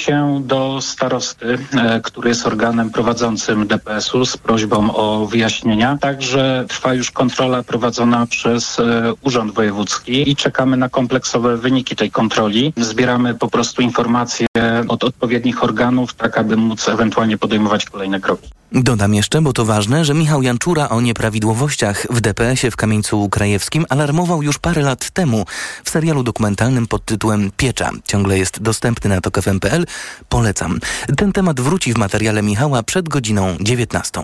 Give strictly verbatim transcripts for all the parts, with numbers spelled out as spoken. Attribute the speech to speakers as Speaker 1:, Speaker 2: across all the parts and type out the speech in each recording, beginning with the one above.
Speaker 1: się do starosty, który jest organem prowadzącym D P S-u z prośbą o wyjaśnienia. Także trwa już kontrola prowadzona przez Urząd Wojewódzki i czekamy na kompleksowe wyniki tej kontroli. Zbieramy po prostu informacje od odpowiednich organów, tak aby móc ewentualnie podejmować kolejne kroki.
Speaker 2: Dodam jeszcze, bo to ważne, że Michał Janczura o nieprawidłowościach w D P S-ie w Kamieńcu Krajewskim alarmował już parę lat temu w serialu dokumentalnym pod tytułem Piecza. Ciągle jest dostępny na tok f m kropka p l. Polecam. Ten temat wróci w materiale Michała przed godziną dziewiętnastą.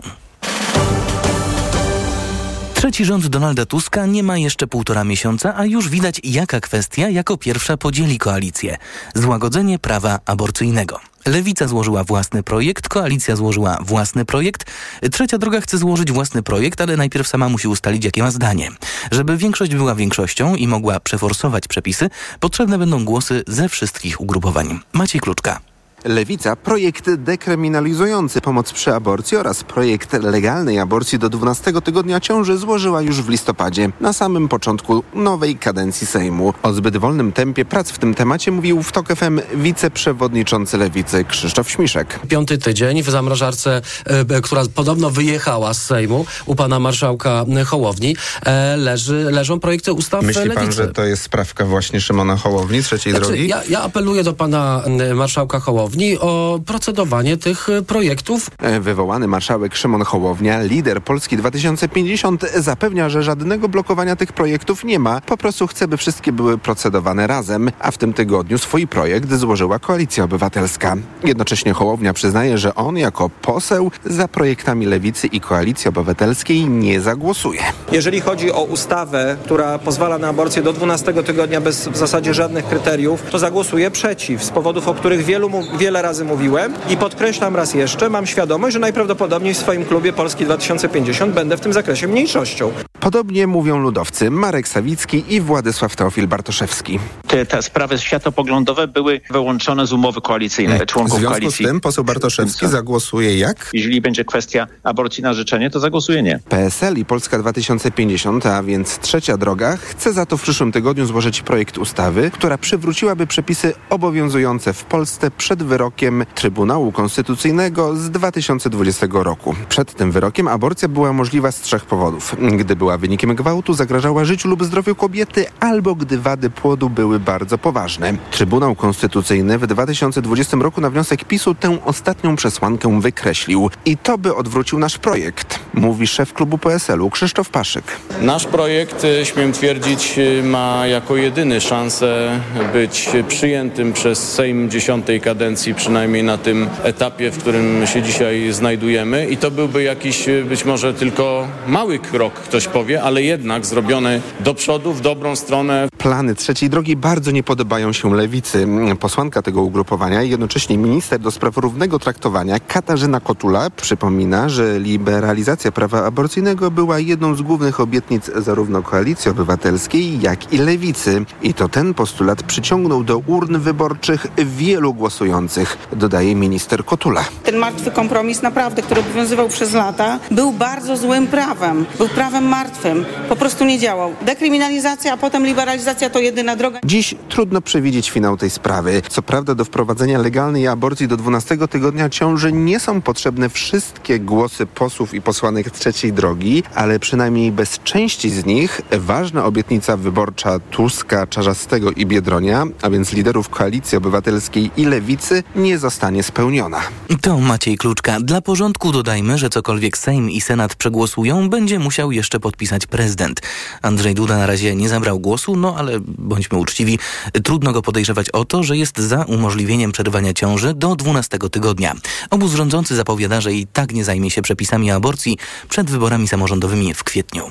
Speaker 2: Trzeci rząd Donalda Tuska nie ma jeszcze półtora miesiąca, a już widać, jaka kwestia jako pierwsza podzieli koalicję. Złagodzenie prawa aborcyjnego. Lewica złożyła własny projekt, koalicja złożyła własny projekt. Trzecia droga chce złożyć własny projekt, ale najpierw sama musi ustalić, jakie ma zdanie. Żeby większość była większością i mogła przeforsować przepisy, potrzebne będą głosy ze wszystkich ugrupowań. Maciej Kluczka.
Speaker 3: Lewica projekt dekryminalizujący pomoc przy aborcji oraz projekt legalnej aborcji do dwunastego tygodnia ciąży złożyła już w listopadzie, na samym początku nowej kadencji Sejmu. O zbyt wolnym tempie prac w tym temacie mówił w TOK F M wiceprzewodniczący Lewicy Krzysztof Śmiszek.
Speaker 4: Piąty tydzień w zamrażarce, e, która podobno wyjechała z Sejmu u pana marszałka Hołowni, e, leży, leżą projekty ustaw
Speaker 3: Myśli
Speaker 4: Lewicy.
Speaker 3: pan, że to jest sprawka właśnie Szymona Hołowni, trzeciej
Speaker 4: znaczy,
Speaker 3: drogi?
Speaker 4: Ja, ja apeluję do pana marszałka Hołowni o procedowanie tych projektów.
Speaker 3: Wywołany marszałek Szymon Hołownia, lider Polski dwa tysiące pięćdziesiąt, zapewnia, że żadnego blokowania tych projektów nie ma. Po prostu chce, by wszystkie były procedowane razem, a w tym tygodniu swój projekt złożyła Koalicja Obywatelska. Jednocześnie Hołownia przyznaje, że on jako poseł za projektami Lewicy i Koalicji Obywatelskiej nie zagłosuje.
Speaker 5: Jeżeli chodzi o ustawę, która pozwala na aborcję do dwunastego tygodnia bez w zasadzie żadnych kryteriów, to zagłosuję przeciw, z powodów, o których wielu, wiele razy mówiłem i podkreślam raz jeszcze, mam świadomość, że najprawdopodobniej w swoim klubie Polski dwa tysiące pięćdziesiąt będę w tym zakresie mniejszością.
Speaker 3: Podobnie mówią ludowcy Marek Sawicki i Władysław Teofil Bartoszewski.
Speaker 6: Te, te sprawy światopoglądowe były wyłączone z umowy koalicyjnej członków
Speaker 3: w związku
Speaker 6: koalicji.
Speaker 3: z tym poseł Bartoszewski zagłosuje jak?
Speaker 6: Jeżeli będzie kwestia aborcji na życzenie, to zagłosuje nie.
Speaker 3: P S L i Polska dwa tysiące pięćdziesiąt, a więc trzecia droga, chce za to w przyszłym tygodniu złożyć projekt ustawy, która przywróciłaby przepisy obowiązujące w Polsce przed wyrokiem Trybunału Konstytucyjnego z dwa tysiące dwudziestego roku. Przed tym wyrokiem aborcja była możliwa z trzech powodów. Gdy była wynikiem gwałtu, zagrażała życiu lub zdrowiu kobiety, albo gdy wady płodu były bardzo poważne. Trybunał Konstytucyjny w dwa tysiące dwudziestym roku na wniosek PiSu tę ostatnią przesłankę wykreślił. I to by odwrócił nasz projekt, mówi szef klubu P S L-u Krzysztof Paszyk.
Speaker 7: Nasz projekt, śmiem twierdzić, ma jako jedyny szansę być przyjętym przez Sejm dziesiątej kadencji, przynajmniej na tym etapie, w którym się dzisiaj znajdujemy. I to byłby jakiś być może tylko mały krok, ktoś powie, ale jednak zrobiony do przodu, w dobrą stronę.
Speaker 3: Plany trzeciej drogi bardzo nie podobają się Lewicy. Posłanka tego ugrupowania i jednocześnie minister do spraw równego traktowania Katarzyna Kotula przypomina, że liberalizacja prawa aborcyjnego była jedną z głównych obietnic zarówno Koalicji Obywatelskiej, jak i Lewicy. I to ten postulat przyciągnął do urn wyborczych wielu głosujących, dodaje minister Kotula.
Speaker 8: Ten martwy kompromis naprawdę, który obowiązywał przez lata, był bardzo złym prawem. Był prawem martwym. Po prostu nie działał. Dekryminalizacja, a potem liberalizacja to jedyna droga.
Speaker 3: Dziś trudno przewidzieć finał tej sprawy. Co prawda do wprowadzenia legalnej aborcji do dwunastego tygodnia ciąży nie są potrzebne wszystkie głosy posłów i posłanek trzeciej drogi, ale przynajmniej bez części z nich ważna obietnica wyborcza Tuska, Czarzastego i Biedronia, a więc liderów Koalicji Obywatelskiej i Lewicy, nie zostanie spełniona.
Speaker 2: To Maciej Kluczka. Dla porządku dodajmy, że cokolwiek Sejm i Senat przegłosują, będzie musiał jeszcze podpisać prezydent. Andrzej Duda na razie nie zabrał głosu, no ale bądźmy uczciwi, trudno go podejrzewać o to, że jest za umożliwieniem przerywania ciąży do dwunastego tygodnia. Obóz rządzący zapowiada, że i tak nie zajmie się przepisami aborcji przed wyborami samorządowymi w kwietniu.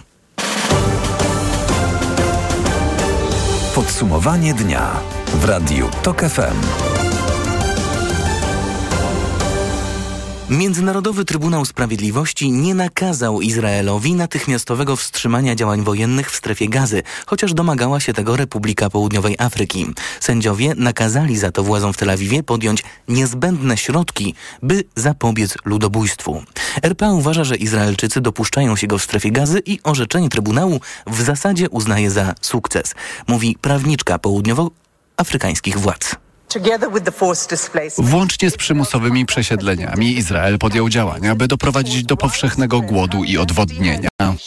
Speaker 9: Podsumowanie dnia w Radiu TOK F M.
Speaker 2: Międzynarodowy Trybunał Sprawiedliwości nie nakazał Izraelowi natychmiastowego wstrzymania działań wojennych w strefie Gazy, chociaż domagała się tego Republika Południowej Afryki. Sędziowie nakazali za to władzom w Tel Awiwie podjąć niezbędne środki, by zapobiec ludobójstwu. R P A uważa, że Izraelczycy dopuszczają się go w strefie Gazy i orzeczenie Trybunału w zasadzie uznaje za sukces, mówi prawniczka południowoafrykańskich władz.
Speaker 10: Włącznie z przymusowymi przesiedleniami Izrael podjął działania, by doprowadzić do powszechnego głodu i odwodnienia.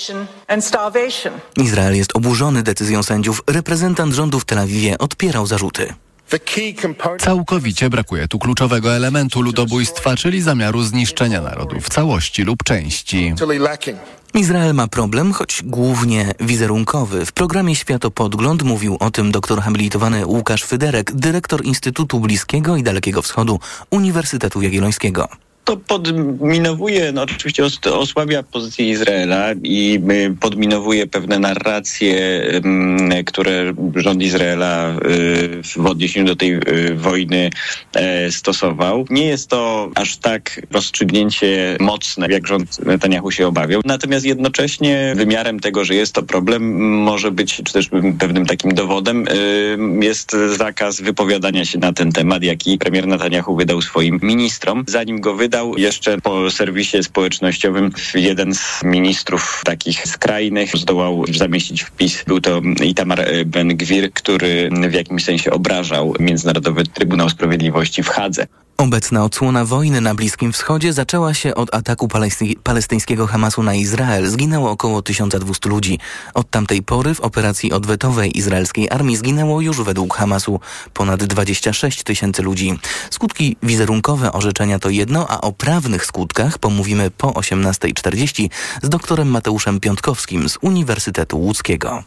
Speaker 2: Izrael jest oburzony decyzją sędziów. Reprezentant rządu w Tel Awiwie odpierał zarzuty.
Speaker 10: Całkowicie brakuje tu kluczowego elementu ludobójstwa, czyli zamiaru zniszczenia narodu w całości lub części.
Speaker 2: Izrael ma problem, choć głównie wizerunkowy. W programie Światopodgląd mówił o tym doktor habilitowany Łukasz Fyderek, dyrektor Instytutu Bliskiego i Dalekiego Wschodu Uniwersytetu Jagiellońskiego.
Speaker 11: To podminowuje, no oczywiście osłabia pozycję Izraela i podminowuje pewne narracje, które rząd Izraela w odniesieniu do tej wojny stosował. Nie jest to aż tak rozstrzygnięcie mocne, jak rząd Netanyahu się obawiał. Natomiast jednocześnie wymiarem tego, że jest to problem, może być, czy też pewnym takim dowodem, jest zakaz wypowiadania się na ten temat, jaki premier Netanyahu wydał swoim ministrom. Zanim go wydał, jeszcze po serwisie społecznościowym jeden z ministrów takich skrajnych zdołał zamieścić wpis. Był to Itamar Ben-Gvir, który w jakimś sensie obrażał Międzynarodowy Trybunał Sprawiedliwości w Hadze.
Speaker 2: Obecna odsłona wojny na Bliskim Wschodzie zaczęła się od ataku palesty- palestyńskiego Hamasu na Izrael. Zginęło około tysiąc dwieście ludzi. Od tamtej pory w operacji odwetowej izraelskiej armii zginęło już według Hamasu ponad dwadzieścia sześć tysięcy ludzi. Skutki wizerunkowe orzeczenia to jedno, a o prawnych skutkach pomówimy po osiemnastej czterdzieści z doktorem Mateuszem Piątkowskim z Uniwersytetu Łódzkiego.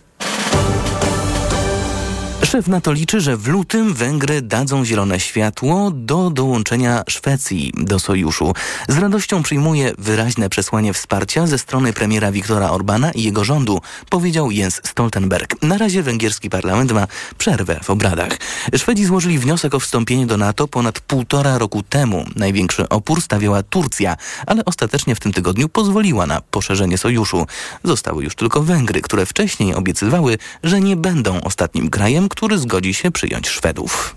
Speaker 2: Szef NATO liczy, że w lutym Węgry dadzą zielone światło do dołączenia Szwecji do sojuszu. Z radością przyjmuje wyraźne przesłanie wsparcia ze strony premiera Viktora Orbana i jego rządu, powiedział Jens Stoltenberg. Na razie węgierski parlament ma przerwę w obradach. Szwedzi złożyli wniosek o wstąpienie do NATO ponad półtora roku temu. Największy opór stawiała Turcja, ale ostatecznie w tym tygodniu pozwoliła na poszerzenie sojuszu. Zostały już tylko Węgry, które wcześniej obiecywały, że nie będą ostatnim krajem, który zgodzi się przyjąć Szwedów.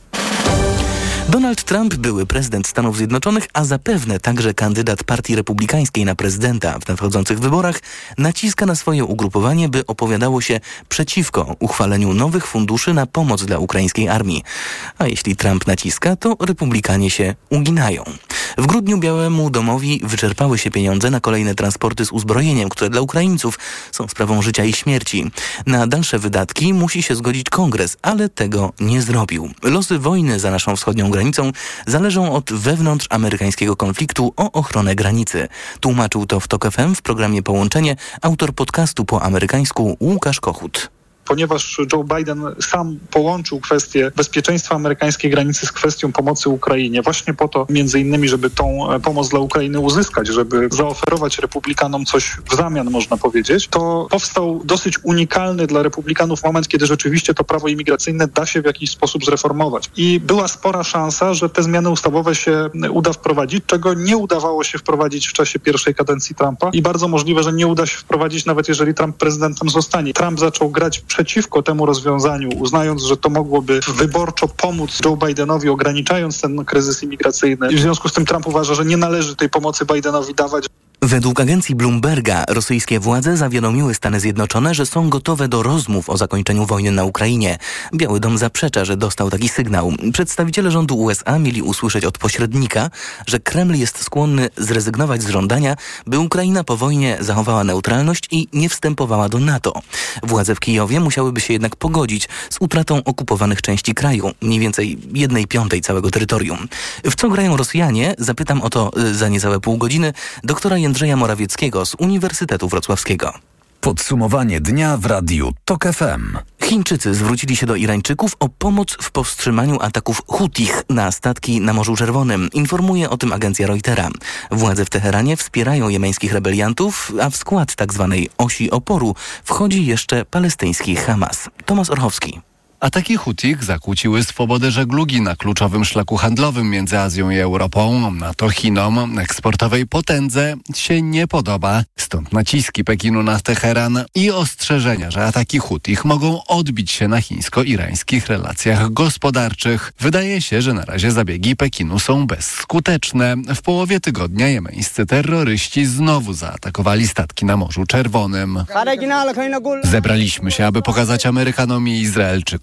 Speaker 2: Donald Trump, były prezydent Stanów Zjednoczonych, a zapewne także kandydat Partii Republikańskiej na prezydenta w nadchodzących wyborach, naciska na swoje ugrupowanie, by opowiadało się przeciwko uchwaleniu nowych funduszy na pomoc dla ukraińskiej armii. A jeśli Trump naciska, to Republikanie się uginają. W grudniu Białemu Domowi wyczerpały się pieniądze na kolejne transporty z uzbrojeniem, które dla Ukraińców są sprawą życia i śmierci. Na dalsze wydatki musi się zgodzić Kongres, ale tego nie zrobił. Losy wojny za naszą wschodnią granicą zależą od wewnątrzamerykańskiego konfliktu o ochronę granicy. Tłumaczył to w Tok F M w programie Połączenie autor podcastu po amerykańsku Łukasz Kochut.
Speaker 12: Ponieważ Joe Biden sam połączył kwestię bezpieczeństwa amerykańskiej granicy z kwestią pomocy Ukrainie, właśnie po to między innymi, żeby tą pomoc dla Ukrainy uzyskać, żeby zaoferować Republikanom coś w zamian, można powiedzieć, to powstał dosyć unikalny dla Republikanów moment, kiedy rzeczywiście to prawo imigracyjne da się w jakiś sposób zreformować. I była spora szansa, że te zmiany ustawowe się uda wprowadzić, czego nie udawało się wprowadzić w czasie pierwszej kadencji Trumpa i bardzo możliwe, że nie uda się wprowadzić, nawet jeżeli Trump prezydentem zostanie. Trump zaczął grać przeciwko temu rozwiązaniu, uznając, że to mogłoby wyborczo pomóc Joe Bidenowi, ograniczając ten kryzys imigracyjny. I w związku z tym Trump uważa, że nie należy tej pomocy Bidenowi dawać.
Speaker 2: Według agencji Bloomberga rosyjskie władze zawiadomiły Stany Zjednoczone, że są gotowe do rozmów o zakończeniu wojny na Ukrainie. Biały Dom zaprzecza, że dostał taki sygnał. Przedstawiciele rządu U S A mieli usłyszeć od pośrednika, że Kreml jest skłonny zrezygnować z żądania, by Ukraina po wojnie zachowała neutralność i nie wstępowała do NATO. Władze w Kijowie musiałyby się jednak pogodzić z utratą okupowanych części kraju, mniej więcej jednej piątej całego terytorium. W co grają Rosjanie? Zapytam o to za niecałe pół godziny doktora Jędrzeja Morawieckiego z Uniwersytetu Wrocławskiego.
Speaker 9: Podsumowanie dnia w radiu Tok F M.
Speaker 2: Chińczycy zwrócili się do Irańczyków o pomoc w powstrzymaniu ataków Hutich na statki na Morzu Czerwonym. Informuje o tym agencja Reutera. Władze w Teheranie wspierają jemeńskich rebeliantów, a w skład tzw. osi oporu wchodzi jeszcze palestyński Hamas. Tomasz Orchowski.
Speaker 10: Ataki Hutich zakłóciły swobodę żeglugi na kluczowym szlaku handlowym między Azją i Europą. Na to Chinom, eksportowej potędze, się nie podoba. Stąd naciski Pekinu na Teheran i ostrzeżenia, że ataki Hutich mogą odbić się na chińsko-irańskich relacjach gospodarczych. Wydaje się, że na razie zabiegi Pekinu są bezskuteczne. W połowie tygodnia jemeńscy terroryści znowu zaatakowali statki na Morzu Czerwonym. Zebraliśmy się, aby pokazać Amerykanom i Izraelczykom,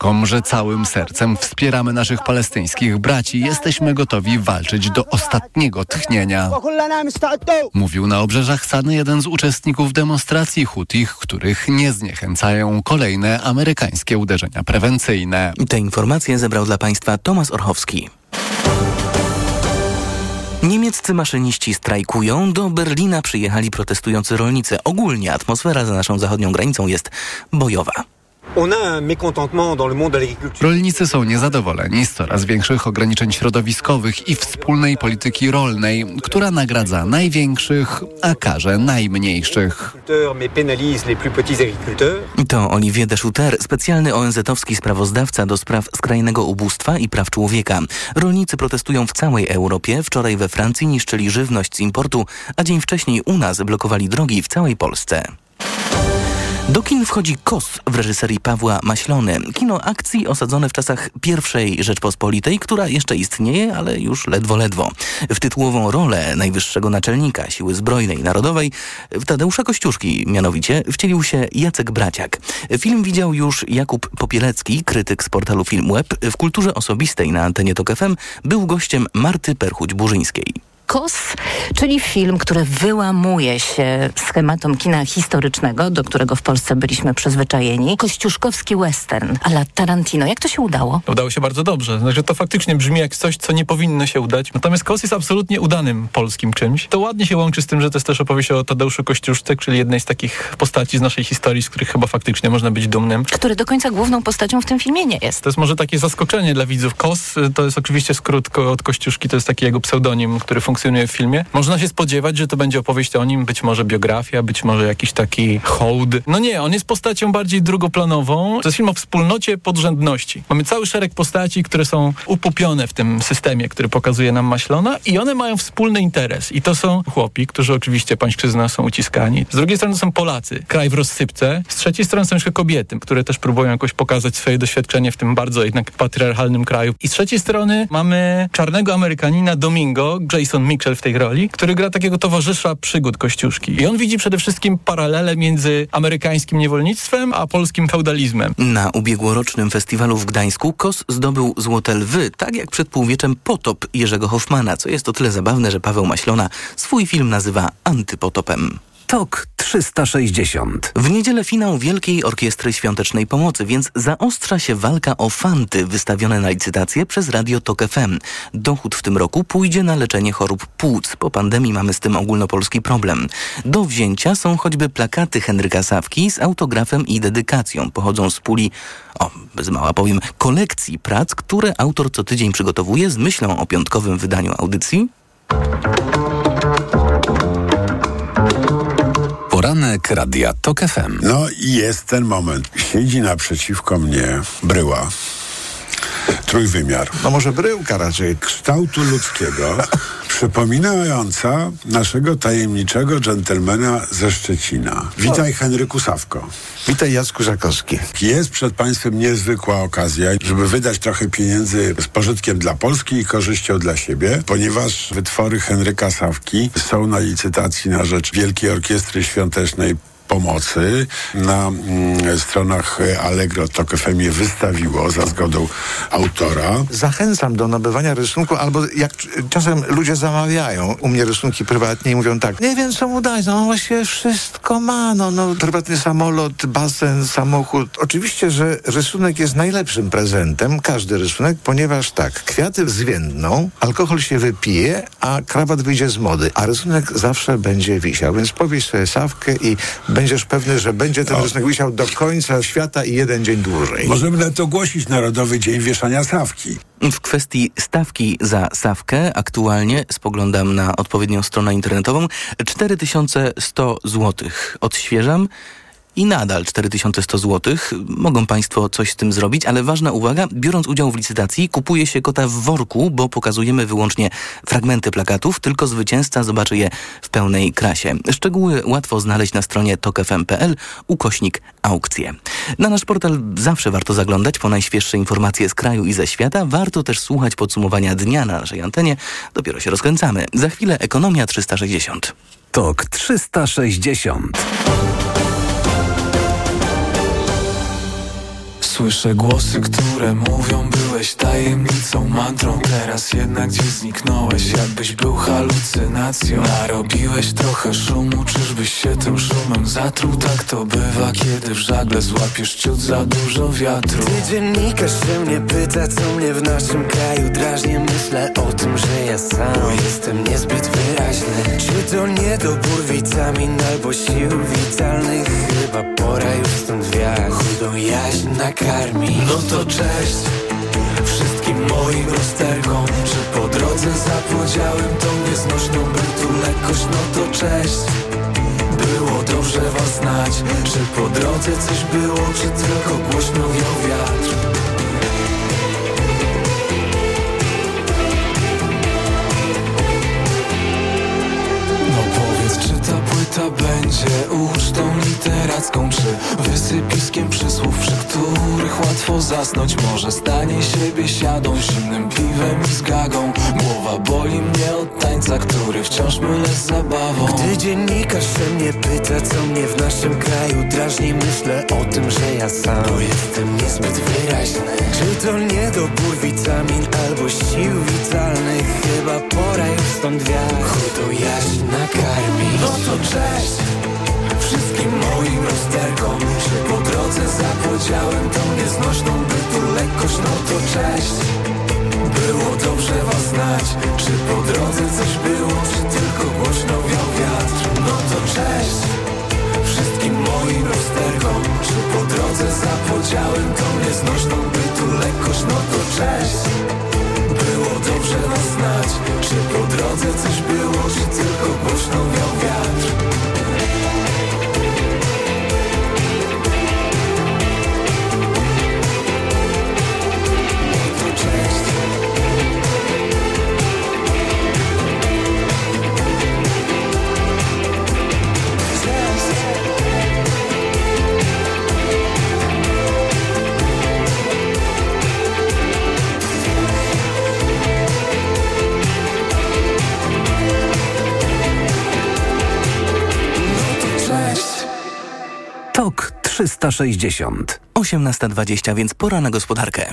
Speaker 10: Polakom, że całym sercem wspieramy naszych palestyńskich braci. Jesteśmy gotowi walczyć do ostatniego tchnienia. Mówił na obrzeżach Sany jeden z uczestników demonstracji Hutich, których nie zniechęcają kolejne amerykańskie uderzenia prewencyjne.
Speaker 2: Te informacje zebrał dla Państwa Tomasz Orchowski. Niemieccy maszyniści strajkują, do Berlina przyjechali protestujący rolnicy. Ogólnie atmosfera za naszą zachodnią granicą jest bojowa.
Speaker 10: Rolnicy są niezadowoleni z coraz większych ograniczeń środowiskowych i wspólnej polityki rolnej, która nagradza największych, a karze najmniejszych.
Speaker 2: To Olivier de Schutter, specjalny O N Z-owski sprawozdawca do spraw skrajnego ubóstwa i praw człowieka. Rolnicy protestują w całej Europie. Wczoraj we Francji niszczyli żywność z importu, a dzień wcześniej u nas blokowali drogi w całej Polsce. Do kin wchodzi Kos w reżyserii Pawła Maślony. Kino akcji osadzone w czasach pierwszej Rzeczpospolitej, która jeszcze istnieje, ale już ledwo, ledwo. W tytułową rolę najwyższego naczelnika Siły Zbrojnej Narodowej, w Tadeusza Kościuszki mianowicie, wcielił się Jacek Braciak. Film widział już Jakub Popielecki, krytyk z portalu Filmweb. W kulturze osobistej na antenie Tok F M był gościem Marty Perchuć-Burzyńskiej.
Speaker 13: Kos, czyli film, który wyłamuje się schematom kina historycznego, do którego w Polsce byliśmy przyzwyczajeni. Kościuszkowski western a la Tarantino. Jak to się udało?
Speaker 14: Udało się bardzo dobrze. Znaczy, to faktycznie brzmi jak coś, co nie powinno się udać. Natomiast Kos jest absolutnie udanym polskim czymś. To ładnie się łączy z tym, że to jest też opowieść o Tadeuszu Kościuszce, czyli jednej z takich postaci z naszej historii, z których chyba faktycznie można być dumnym.
Speaker 13: Który do końca główną postacią w tym filmie nie jest.
Speaker 14: To jest może takie zaskoczenie dla widzów. Kos to jest oczywiście skrót od Kościuszki, to jest taki jego pseudonim, który funkcjonuje w filmie. Można się spodziewać, że to będzie opowieść o nim, być może biografia, być może jakiś taki hołd. No nie, on jest postacią bardziej drugoplanową. To jest film o wspólnocie podrzędności. Mamy cały szereg postaci, które są upupione w tym systemie, który pokazuje nam Maślona i one mają wspólny interes. I to są chłopi, którzy oczywiście pańszczyzna są uciskani. Z drugiej strony są Polacy, kraj w rozsypce. Z trzeciej strony są jeszcze kobiety, które też próbują jakoś pokazać swoje doświadczenie w tym bardzo jednak patriarchalnym kraju. I z trzeciej strony mamy czarnego Amerykanina Domingo, Jason Mitchell w tej roli, który gra takiego towarzysza przygód Kościuszki. I on widzi przede wszystkim paralele między amerykańskim niewolnictwem a polskim feudalizmem.
Speaker 2: Na ubiegłorocznym festiwalu w Gdańsku Kos zdobył Złote Lwy, tak jak przed półwieczem Potop Jerzego Hoffmana, co jest o tyle zabawne, że Paweł Maślona swój film nazywa antypotopem.
Speaker 9: Tok trzysta sześćdziesiąt.
Speaker 2: W niedzielę finał Wielkiej Orkiestry Świątecznej Pomocy, więc zaostrza się walka o fanty wystawione na licytację przez Radio Tok F M. Dochód w tym roku pójdzie na leczenie chorób płuc. Po pandemii mamy z tym ogólnopolski problem. Do wzięcia są choćby plakaty Henryka Sawki z autografem i dedykacją. Pochodzą z puli, o, bez mała powiem, kolekcji prac, które autor co tydzień przygotowuje z myślą o piątkowym wydaniu audycji.
Speaker 9: Poranek Radia Tok F M.
Speaker 15: No i jest ten moment. Siedzi naprzeciwko mnie bryła. Trójwymiar.
Speaker 16: No może bryłka raczej.
Speaker 15: Kształtu ludzkiego. Przypominająca naszego tajemniczego dżentelmena ze Szczecina. Witaj, Henryku Sawko.
Speaker 16: Witaj, Jacku Żakowski.
Speaker 15: Jest przed państwem niezwykła okazja, żeby wydać trochę pieniędzy z pożytkiem dla Polski i korzyścią dla siebie, ponieważ wytwory Henryka Sawki są na licytacji na rzecz Wielkiej Orkiestry Świątecznej Pomocy. Na mm, stronach Allegro Tok F M je wystawiło za zgodą autora.
Speaker 16: Zachęcam do nabywania rysunku, albo jak czasem ludzie zamawiają u mnie rysunki prywatnie i mówią tak, nie wiem co mu dać, no on właściwie wszystko ma, no, no prywatny samolot, basen, samochód. Oczywiście, że rysunek jest najlepszym prezentem, każdy rysunek, ponieważ tak, kwiaty zwiędną, alkohol się wypije, a krawat wyjdzie z mody, a rysunek zawsze będzie wisiał, więc powieś sobie Sawkę i będziesz pewny, że będzie ten rysunek wisiał do końca świata i jeden dzień dłużej.
Speaker 15: Możemy nawet ogłosić Narodowy Dzień Wieszania Sawki.
Speaker 2: W kwestii stawki za Sawkę aktualnie, spoglądam na odpowiednią stronę internetową, cztery tysiące sto złotych. Odświeżam. I nadal cztery tysiące sto złotych. Mogą Państwo coś z tym zrobić, ale ważna uwaga, biorąc udział w licytacji kupuje się kota w worku, bo pokazujemy wyłącznie fragmenty plakatów, tylko zwycięzca zobaczy je w pełnej krasie. Szczegóły łatwo znaleźć na stronie tokfm kropka p l ukośnik aukcje. Na nasz portal zawsze warto zaglądać po najświeższe informacje z kraju i ze świata. Warto też słuchać podsumowania dnia na naszej antenie. Dopiero się rozkręcamy. Za chwilę Ekonomia trzysta sześćdziesiąt.
Speaker 9: Tok trzysta sześćdziesiąt.
Speaker 17: Słyszę głosy, które mówią, byłeś tajemnicą, mantrą. Teraz jednak gdzieś zniknąłeś, jakbyś był halucynacją. Narobiłeś trochę szumu, czyżbyś się tym szumem zatruł? Tak to bywa, kiedy w żagle złapiesz ciut za dużo wiatru.
Speaker 18: Ty dziennikarz się mnie pyta, co mnie w naszym kraju drażni. Myślę o tym, że ja sam bo jestem niezbyt wyraźny. Czy to niedobór witamin albo sił witalnych? Chyba pora już stąd wiać, chudą jaźń nakarmi. No to cześć wszystkim moim rozterkom. Czy po drodze zapodziałem tą nieznośną bytu lekkość? No to cześć, było dobrze was znać. Czy po drodze coś było, czy tylko głośno wiał wiatr? Ta będzie ucztą literacką, czy wysypiskiem przysłów, przy których łatwo zasnąć. Może stanie się biesiadą, zimnym piwem i z gagą. Głowa boli mnie od tańca, który wciąż mylę z zabawą. Gdy dziennikarz się mnie pyta, co mnie w naszym kraju drażni, myślę o tym, że ja sam bo jestem niezbyt wyraźny. Czy to niedobór witamin albo sił witalnych? Chyba pora już stąd wiać, chudą jaźń nakarmi. No to cześć wszystkim moim rozterkom. Czy po drodze zapodziałem tą nieznośną bytu lekkość? No to cześć, było dobrze was znać. Czy po drodze coś było, czy tylko głośno wiał wiatr? No to cześć wszystkim moim rozterkom. Czy po drodze zapodziałem tą nieznośną bytu lekkość? No to cześć, było dobrze was znać. Czy po drodze coś było, czy tylko głośno wiał wiatr?
Speaker 2: Tok trzysta sześćdziesiąt. osiemnasta dwadzieścia, więc pora na gospodarkę.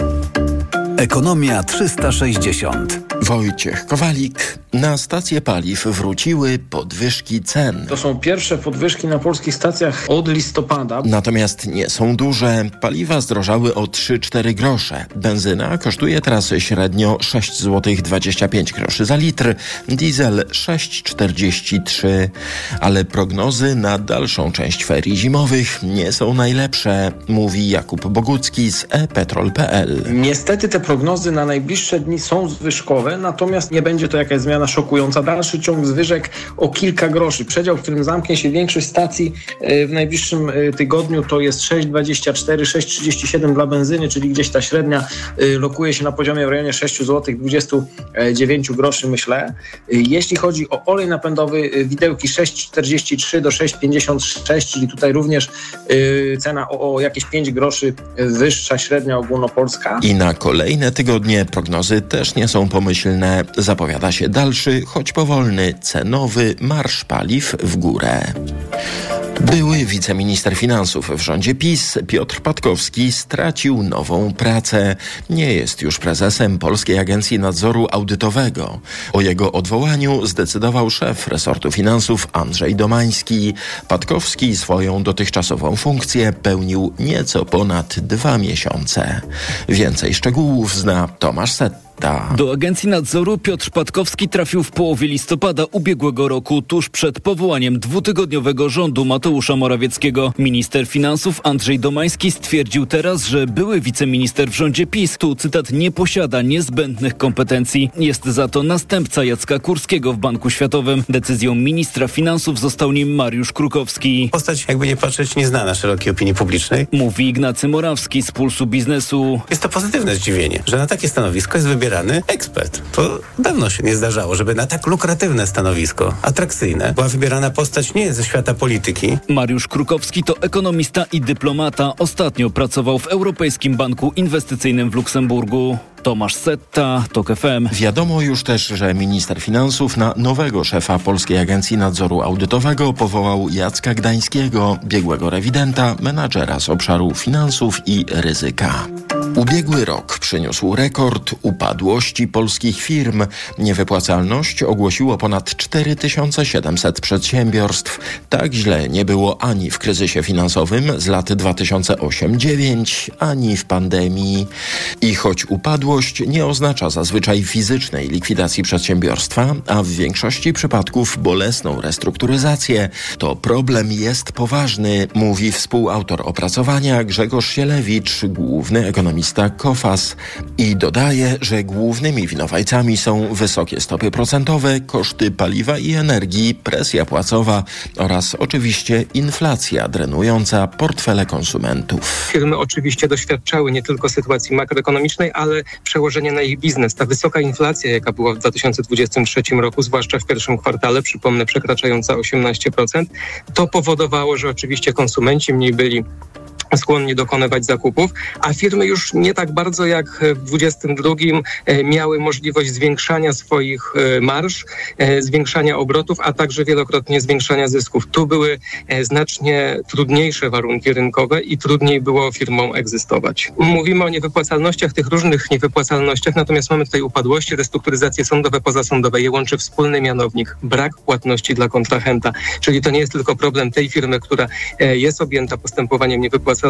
Speaker 9: Ekonomia trzysta sześćdziesiąt.
Speaker 19: Wojciech Kowalik. Na stacje paliw wróciły podwyżki cen.
Speaker 20: To są pierwsze podwyżki na polskich stacjach od listopada.
Speaker 19: Natomiast nie są duże. Paliwa zdrożały o trzy cztery grosze. Benzyna kosztuje teraz średnio sześć złotych dwadzieścia pięć groszy za litr. Diesel sześć czterdzieści trzy. Ale prognozy na dalszą część ferii zimowych nie są najlepsze, mówi Jakub Bogucki z e petrol kropka p l.
Speaker 20: Niestety te prognozy na najbliższe dni są zwyżkowe, natomiast nie będzie to jakaś zmiana szokująca. Dalszy ciąg zwyżek o kilka groszy. Przedział, w którym zamknie się większość stacji w najbliższym tygodniu, to jest sześć dwadzieścia cztery, sześć trzydzieści siedem dla benzyny, czyli gdzieś ta średnia lokuje się na poziomie w rejonie sześć złotych dwadzieścia dziewięć groszy, myślę. Jeśli chodzi o olej napędowy, widełki sześć czterdzieści trzy do sześć pięćdziesiąt sześć, czyli tutaj również cena o, o jakieś pięć groszy wyższa, średnia ogólnopolska.
Speaker 19: I na kolejne tygodnie prognozy też nie są pomyślne. Zapowiada się dalszy, choć powolny, cenowy marsz paliw w górę. Były wiceminister finansów w rządzie PiS Piotr Patkowski stracił nową pracę. Nie jest już prezesem Polskiej Agencji Nadzoru Audytowego. O jego odwołaniu zdecydował szef resortu finansów Andrzej Domański. Patkowski swoją dotychczasową funkcję pełnił nieco ponad dwa miesiące. Więcej szczegółów zna Tomasz Setta.
Speaker 21: Do Agencji Nadzoru Piotr Patkowski trafił w połowie listopada ubiegłego roku, tuż przed powołaniem dwutygodniowego rządu Mateusza Morawieckiego. Minister finansów Andrzej Domański stwierdził teraz, że były wiceminister w rządzie PiS, tu cytat, nie posiada niezbędnych kompetencji. Jest za to następca Jacka Kurskiego w Banku Światowym. Decyzją ministra finansów został nim Mariusz Krukowski.
Speaker 22: Postać, jakby nie patrzeć, nieznana szerokiej opinii publicznej.
Speaker 21: Mówi Ignacy Morawski z Pulsu Biznesu.
Speaker 22: Jest to pozytywne zdziwienie, że na takie stanowisko jest wybierany wybierany ekspert. To dawno się nie zdarzało, żeby na tak lukratywne stanowisko, atrakcyjne, była wybierana postać nie ze świata polityki.
Speaker 21: Mariusz Krukowski to ekonomista i dyplomata. Ostatnio pracował w Europejskim Banku Inwestycyjnym w Luksemburgu. Tomasz Setta, TOK F M.
Speaker 19: Wiadomo już też, że minister finansów na nowego szefa Polskiej Agencji Nadzoru Audytowego powołał Jacka Gdańskiego, biegłego rewidenta, menadżera z obszaru finansów i ryzyka. Ubiegły rok przyniósł rekord upadłości polskich firm. Niewypłacalność ogłosiło ponad cztery tysiące siedemset przedsiębiorstw. Tak źle nie było ani w kryzysie finansowym z lat dwa tysiące osiem do dwa tysiące dziewięć, ani w pandemii. I choć upadłość nie oznacza zazwyczaj fizycznej likwidacji przedsiębiorstwa, a w większości przypadków bolesną restrukturyzację, to problem jest poważny, mówi współautor opracowania Grzegorz Sielewicz, główny ekonomista Kofas, i dodaje, że głównymi winowajcami są wysokie stopy procentowe, koszty paliwa i energii, presja płacowa oraz oczywiście inflacja drenująca portfele konsumentów.
Speaker 1: Firmy oczywiście doświadczały nie tylko sytuacji makroekonomicznej, ale przełożenia na ich biznes. Ta wysoka inflacja, jaka była w dwa tysiące dwudziestym trzecim roku, zwłaszcza w pierwszym kwartale, przypomnę, przekraczająca osiemnaście procent, to powodowało, że oczywiście konsumenci mniej byli skłonni dokonywać zakupów, a firmy już nie tak bardzo jak w dwudziestym drugim miały możliwość zwiększania swoich marż, zwiększania obrotów, a także wielokrotnie zwiększania zysków. Tu były znacznie trudniejsze warunki rynkowe i trudniej było firmom egzystować. Mówimy o niewypłacalnościach, tych różnych niewypłacalnościach, natomiast mamy tutaj upadłości, restrukturyzacje sądowe, pozasądowe. Je łączy wspólny mianownik, brak płatności dla kontrahenta. Czyli to nie jest tylko problem tej firmy, która jest objęta postępowaniem niewypłacalnościowym,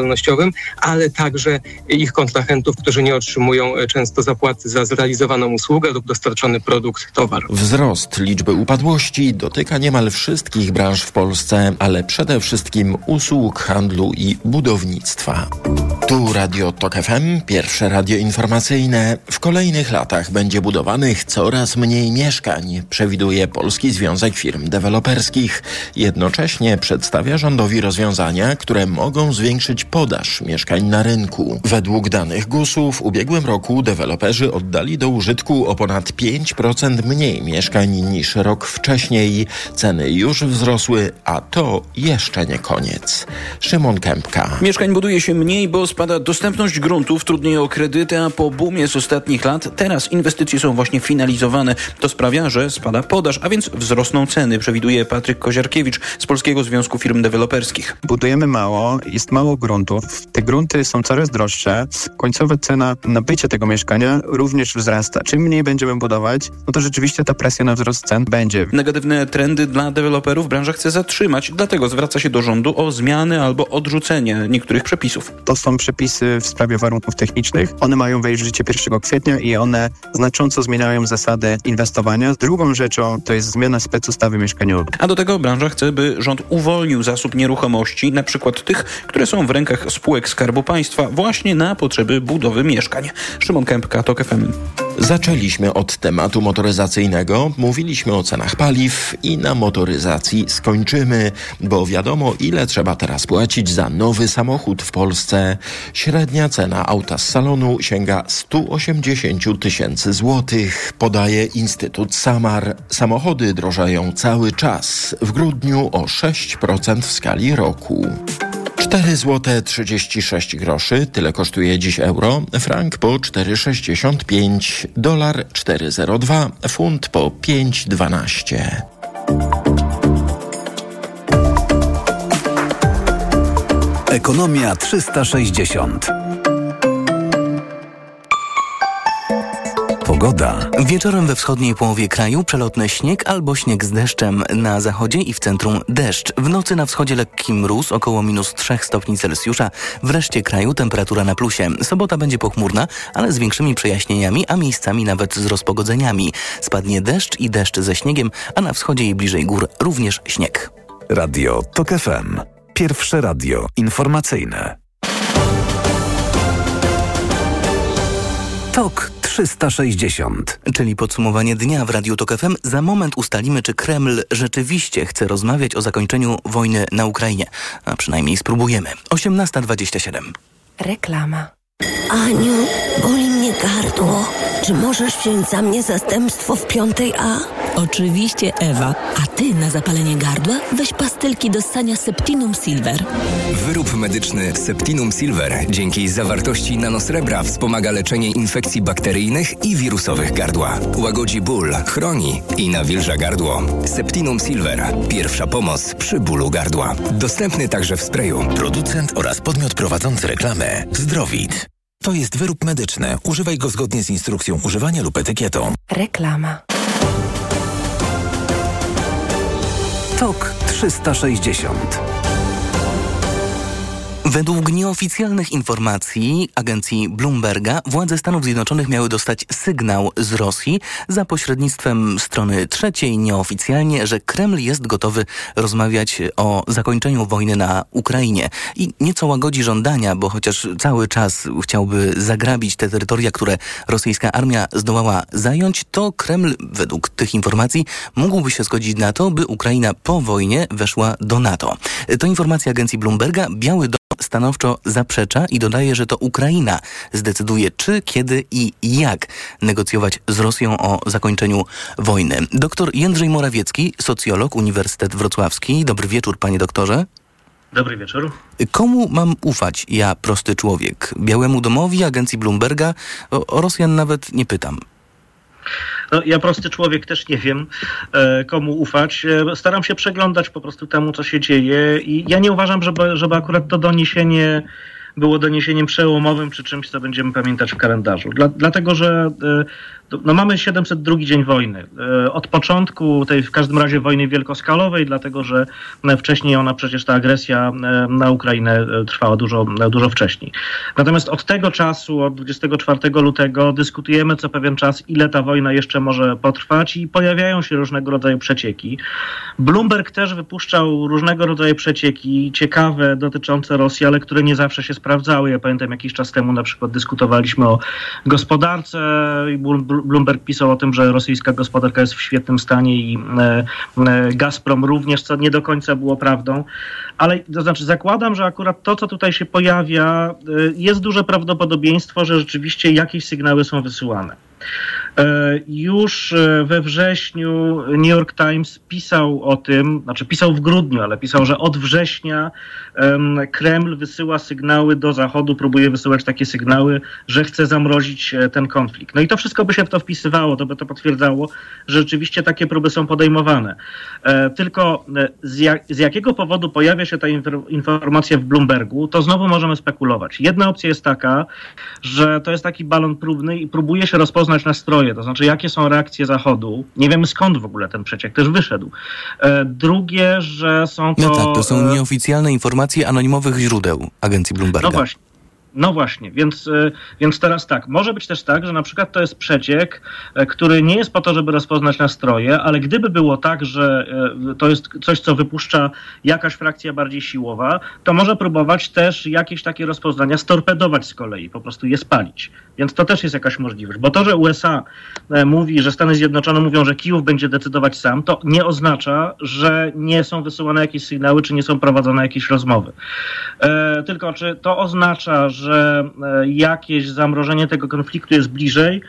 Speaker 1: ale także ich kontrahentów, którzy nie otrzymują często zapłaty za zrealizowaną usługę lub dostarczony produkt, towar.
Speaker 19: Wzrost liczby upadłości dotyka niemal wszystkich branż w Polsce, ale przede wszystkim usług, handlu i budownictwa. Tu Radio TOK F M, pierwsze radio informacyjne. W kolejnych latach będzie budowanych coraz mniej mieszkań, przewiduje Polski Związek Firm Deweloperskich. Jednocześnie przedstawia rządowi rozwiązania, które mogą zwiększyć podaż mieszkań na rynku. Według danych gusu w ubiegłym roku deweloperzy oddali do użytku o ponad pięć procent mniej mieszkań niż rok wcześniej. Ceny już wzrosły, a to jeszcze nie koniec. Szymon Kępka.
Speaker 4: Mieszkań buduje się mniej, bo spada dostępność gruntów, trudniej o kredyty, a po boomie z ostatnich lat teraz inwestycje są właśnie finalizowane. To sprawia, że spada podaż, a więc wzrosną ceny, przewiduje Patryk Koziarkiewicz z Polskiego Związku Firm Deweloperskich.
Speaker 23: Budujemy mało, jest mało gruntów. Te grunty są coraz droższe. Końcowa cena nabycia tego mieszkania również wzrasta. Czym mniej będziemy budować, no to rzeczywiście ta presja na wzrost cen będzie.
Speaker 4: Negatywne trendy dla deweloperów branża chce zatrzymać, dlatego zwraca się do rządu o zmiany albo odrzucenie niektórych przepisów.
Speaker 23: To są przepisy w sprawie warunków technicznych. One mają wejść w życie pierwszego kwietnia i one znacząco zmieniają zasady inwestowania. Drugą rzeczą to jest zmiana specustawy mieszkaniowej.
Speaker 4: A do tego branża chce, by rząd uwolnił zasób nieruchomości, na przykład tych, które są w rękach spółek Skarbu Państwa, właśnie na potrzeby budowy mieszkań. Szymon Kępka, TOK F M.
Speaker 19: Zaczęliśmy od tematu motoryzacyjnego, mówiliśmy o cenach paliw i na motoryzacji skończymy, bo wiadomo, ile trzeba teraz płacić za nowy samochód w Polsce. Średnia cena auta z salonu sięga sto osiemdziesiąt tysięcy złotych, podaje Instytut Samar. Samochody drożeją cały czas, w grudniu o sześć procent w skali roku. cztery złote trzydzieści sześć groszy, tyle kosztuje dziś euro, frank po cztery sześćdziesiąt pięć, dolar cztery zero dwa, funt po pięć dwanaście.
Speaker 9: Ekonomia trzysta sześćdziesiąt. Pogoda.
Speaker 2: Wieczorem we wschodniej połowie kraju przelotny śnieg albo śnieg z deszczem. Na zachodzie i w centrum deszcz. W nocy na wschodzie lekki mróz, około minus trzy stopni Celsjusza. W reszcie kraju temperatura na plusie. Sobota będzie pochmurna, ale z większymi przejaśnieniami, a miejscami nawet z rozpogodzeniami. Spadnie deszcz i deszcz ze śniegiem, a na wschodzie i bliżej gór również śnieg.
Speaker 9: Radio TOK F M. Pierwsze radio informacyjne. TOK trzysta sześćdziesiąt.
Speaker 2: Czyli podsumowanie dnia w Radiu TOK F M. Za moment ustalimy, czy Kreml rzeczywiście chce rozmawiać o zakończeniu wojny na Ukrainie. A przynajmniej spróbujemy. osiemnasta dwadzieścia siedem.
Speaker 24: Reklama. Aniu, boli mnie
Speaker 5: gardło. Czy możesz wziąć za mnie zastępstwo w piątej A?
Speaker 6: Oczywiście, Ewa. A ty na zapalenie gardła weź pastylki do ssania Septinum Silver.
Speaker 7: Wyrób medyczny Septinum Silver dzięki zawartości nanosrebra wspomaga leczenie infekcji bakteryjnych i wirusowych gardła. Łagodzi ból, chroni i nawilża gardło. Septinum Silver. Pierwsza pomoc przy bólu gardła. Dostępny także w sprayu.
Speaker 24: Producent oraz podmiot prowadzący reklamę Zdrowit. To jest wyrób medyczny. Używaj go zgodnie z instrukcją używania lub etykietą.
Speaker 6: Reklama.
Speaker 9: Tok trzysta sześćdziesiąt.
Speaker 2: Według nieoficjalnych informacji agencji Bloomberga władze Stanów Zjednoczonych miały dostać sygnał z Rosji za pośrednictwem strony trzeciej nieoficjalnie, że Kreml jest gotowy rozmawiać o zakończeniu wojny na Ukrainie. I nieco łagodzi żądania, bo chociaż cały czas chciałby zagrabić te terytoria, które rosyjska armia zdołała zająć, to Kreml według tych informacji mógłby się zgodzić na to, by Ukraina po wojnie weszła do NATO. To informacja agencji Bloomberga. Biały Dom stanowczo zaprzecza i dodaje, że to Ukraina zdecyduje, czy, kiedy i jak negocjować z Rosją o zakończeniu wojny. Doktor Jędrzej Morawiecki, socjolog, Uniwersytet Wrocławski. Dobry wieczór, panie doktorze.
Speaker 25: Dobry wieczór.
Speaker 2: Komu mam ufać, ja prosty człowiek? Białemu Domowi, agencji Bloomberga? O, o Rosjan nawet nie pytam.
Speaker 25: No, ja prosty człowiek też nie wiem, e, komu ufać. E, staram się przeglądać po prostu temu, co się dzieje i ja nie uważam, żeby, żeby akurat to doniesienie było doniesieniem przełomowym czy czymś, co będziemy pamiętać w kalendarzu. Dla, dlatego, że e, no mamy siedemset drugi dzień wojny. E, od początku tej w każdym razie wojny wielkoskalowej, dlatego, że wcześniej ona przecież ta agresja na Ukrainę trwała dużo, dużo wcześniej. Natomiast od tego czasu, od dwudziestego czwartego lutego dyskutujemy co pewien czas, ile ta wojna jeszcze może potrwać i pojawiają się różnego rodzaju przecieki. Bloomberg też wypuszczał różnego rodzaju przecieki, ciekawe, dotyczące Rosji, ale które nie zawsze się sprawdzały. Ja pamiętam jakiś czas temu na przykład dyskutowaliśmy o gospodarce i Bloomberg pisał o tym, że rosyjska gospodarka jest w świetnym stanie i e, e, Gazprom również, co nie do końca było prawdą. Ale to znaczy zakładam, że akurat to, co tutaj się pojawia, e, jest duże prawdopodobieństwo, że rzeczywiście jakieś sygnały są wysyłane. Już we wrześniu New York Times pisał o tym, znaczy pisał w grudniu, ale pisał, że od września Kreml wysyła sygnały do Zachodu, próbuje wysyłać takie sygnały, że chce zamrozić ten konflikt. No i to wszystko by się w to wpisywało, to by to potwierdzało, że rzeczywiście takie próby są podejmowane. Tylko z, jak, z jakiego powodu pojawia się ta informacja w Bloombergu, to znowu możemy spekulować. Jedna opcja jest taka, że to jest taki balon próbny i próbuje się rozpoznać nastroje, to znaczy jakie są reakcje Zachodu. Nie wiemy skąd w ogóle ten przeciek też wyszedł. E, drugie, że są to...
Speaker 2: No tak, to są nieoficjalne informacje anonimowych źródeł agencji Bloomberga.
Speaker 25: No właśnie. No właśnie, więc, więc teraz tak, może być też tak, że na przykład to jest przeciek, który nie jest po to, żeby rozpoznać nastroje, ale gdyby było tak, że to jest coś, co wypuszcza jakaś frakcja bardziej siłowa, to może próbować też jakieś takie rozpoznania storpedować z kolei, po prostu je spalić. Więc to też jest jakaś możliwość, bo to, że U S A mówi, że Stany Zjednoczone mówią, że Kijów będzie decydować sam, to nie oznacza, że nie są wysyłane jakieś sygnały, czy nie są prowadzone jakieś rozmowy. E, tylko czy to oznacza, że że jakieś zamrożenie tego konfliktu jest bliżej,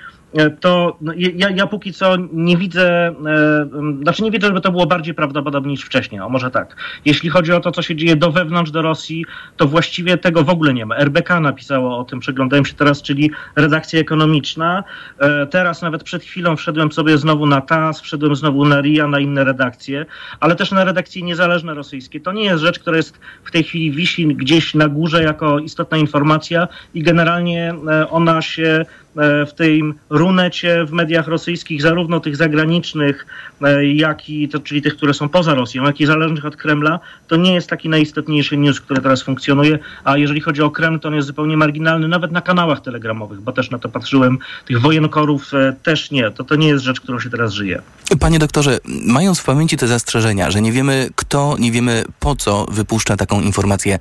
Speaker 25: to ja, ja póki co nie widzę, e, znaczy nie widzę, żeby to było bardziej prawdopodobne niż wcześniej, o może tak. Jeśli chodzi o to, co się dzieje do wewnątrz, do Rosji, to właściwie tego w ogóle nie ma. R B K napisało o tym, przeglądałem się teraz, czyli redakcja ekonomiczna. E, teraz nawet przed chwilą wszedłem sobie znowu na T A S, wszedłem znowu na R I A, na inne redakcje, ale też na redakcje niezależne rosyjskie. To nie jest rzecz, która jest w tej chwili wisi gdzieś na górze jako istotna informacja i generalnie ona się w tym runecie w mediach rosyjskich, zarówno tych zagranicznych, jak i, to, czyli tych, które są poza Rosją, jak i zależnych od Kremla, to nie jest taki najistotniejszy news, który teraz funkcjonuje, a jeżeli chodzi o Kreml, to on jest zupełnie marginalny, nawet na kanałach telegramowych, bo też na to patrzyłem, tych wojenkorów też nie, to, to nie jest rzecz, którą się teraz żyje.
Speaker 2: Panie doktorze, mając w pamięci te zastrzeżenia, że nie wiemy kto, nie wiemy po co wypuszcza taką informację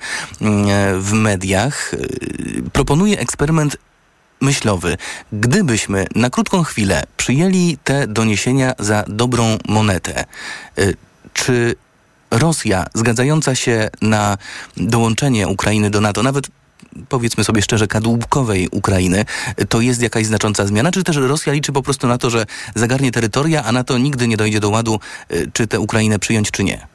Speaker 2: w mediach, proponuje eksperyment myślowy. Gdybyśmy na krótką chwilę przyjęli te doniesienia za dobrą monetę, czy Rosja zgadzająca się na dołączenie Ukrainy do NATO, nawet powiedzmy sobie szczerze, kadłubkowej Ukrainy, to jest jakaś znacząca zmiana? Czy też Rosja liczy po prostu na to, że zagarnie terytoria, a na to nigdy nie dojdzie do ładu, czy tę Ukrainę przyjąć, czy nie?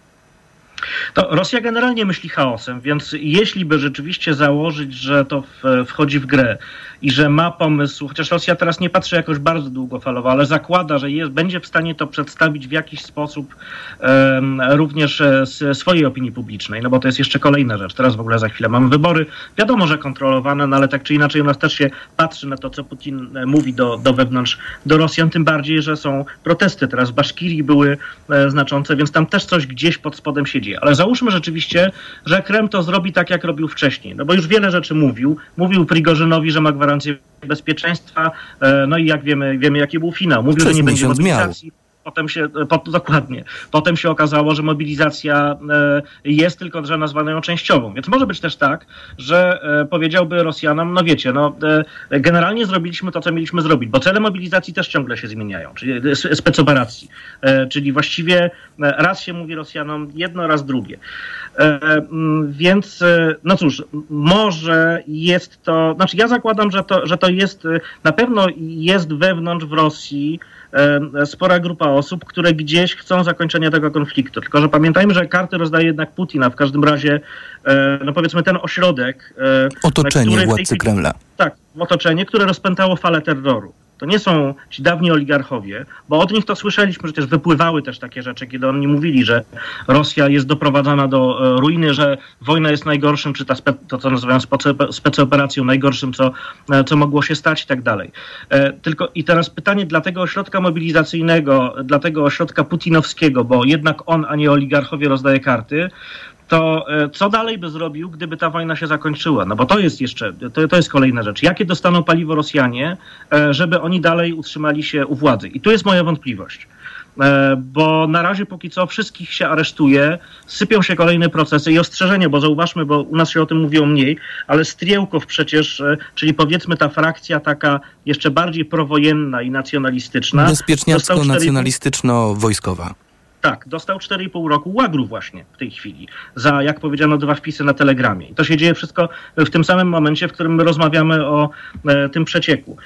Speaker 25: To Rosja generalnie myśli chaosem, więc jeśli by rzeczywiście założyć, że to w, wchodzi w grę i że ma pomysł, chociaż Rosja teraz nie patrzy jakoś bardzo długofalowo, ale zakłada, że jest, będzie w stanie to przedstawić w jakiś sposób um, również z swojej opinii publicznej, no bo to jest jeszcze kolejna rzecz. Teraz w ogóle za chwilę mamy wybory, wiadomo, że kontrolowane, no ale tak czy inaczej u nas też się patrzy na to, co Putin mówi do, do wewnątrz, do Rosjan, tym bardziej, że są protesty. Teraz w Baszkirii były e, znaczące, więc tam też coś gdzieś pod spodem się dzieje. Ale załóżmy rzeczywiście, że Kreml to zrobi tak, jak robił wcześniej. No bo już wiele rzeczy mówił. Mówił Prigorzynowi, że ma gwarancję bezpieczeństwa. No i jak wiemy, wiemy jaki był finał. Mówił, że nie będzie mobilizacji. Potem się, po, dokładnie, potem się okazało, że mobilizacja e, jest, tylko że nazwano ją częściową. Więc może być też tak, że e, powiedziałby Rosjanom, no wiecie, no e, generalnie zrobiliśmy to, co mieliśmy zrobić, bo cele mobilizacji też ciągle się zmieniają, czyli e, specoperacji. E, czyli właściwie raz się mówi Rosjanom jedno, raz drugie. E, m, więc, e, no cóż, może jest to, znaczy ja zakładam, że to, że to jest, na pewno jest wewnątrz w Rosji spora grupa osób, które gdzieś chcą zakończenia tego konfliktu. Tylko że pamiętajmy, że karty rozdaje jednak Putin, a w każdym razie, no powiedzmy, ten ośrodek...
Speaker 2: Otoczenie władcy chwili, Kremla.
Speaker 25: Tak, otoczenie, które rozpętało falę terroru. To nie są ci dawni oligarchowie, bo od nich to słyszeliśmy, przecież wypływały też takie rzeczy, kiedy oni mówili, że Rosja jest doprowadzana do ruiny, że wojna jest najgorszym, czy ta spe, to, co nazywają spece, specooperacją, najgorszym, co, co mogło się stać i tak dalej. E, tylko i teraz pytanie dla tego ośrodka mobilizacyjnego, dla tego ośrodka putinowskiego, bo jednak on, a nie oligarchowie rozdaje karty, to co dalej by zrobił, gdyby ta wojna się zakończyła? No bo to jest jeszcze, to, to jest kolejna rzecz. Jakie dostaną paliwo Rosjanie, żeby oni dalej utrzymali się u władzy? I tu jest moja wątpliwość. Bo na razie póki co wszystkich się aresztuje, sypią się kolejne procesy i ostrzeżenie, bo zauważmy, bo u nas się o tym mówiło mniej, ale Striełkow przecież, czyli powiedzmy ta frakcja taka jeszcze bardziej prowojenna i nacjonalistyczna.
Speaker 2: Bezpieczniacko-nacjonalistyczno-wojskowa.
Speaker 25: Tak, dostał cztery i pół roku łagru właśnie w tej chwili za, jak powiedziano, dwa wpisy na Telegramie. I to się dzieje wszystko w tym samym momencie, w którym my rozmawiamy o e, tym przecieku.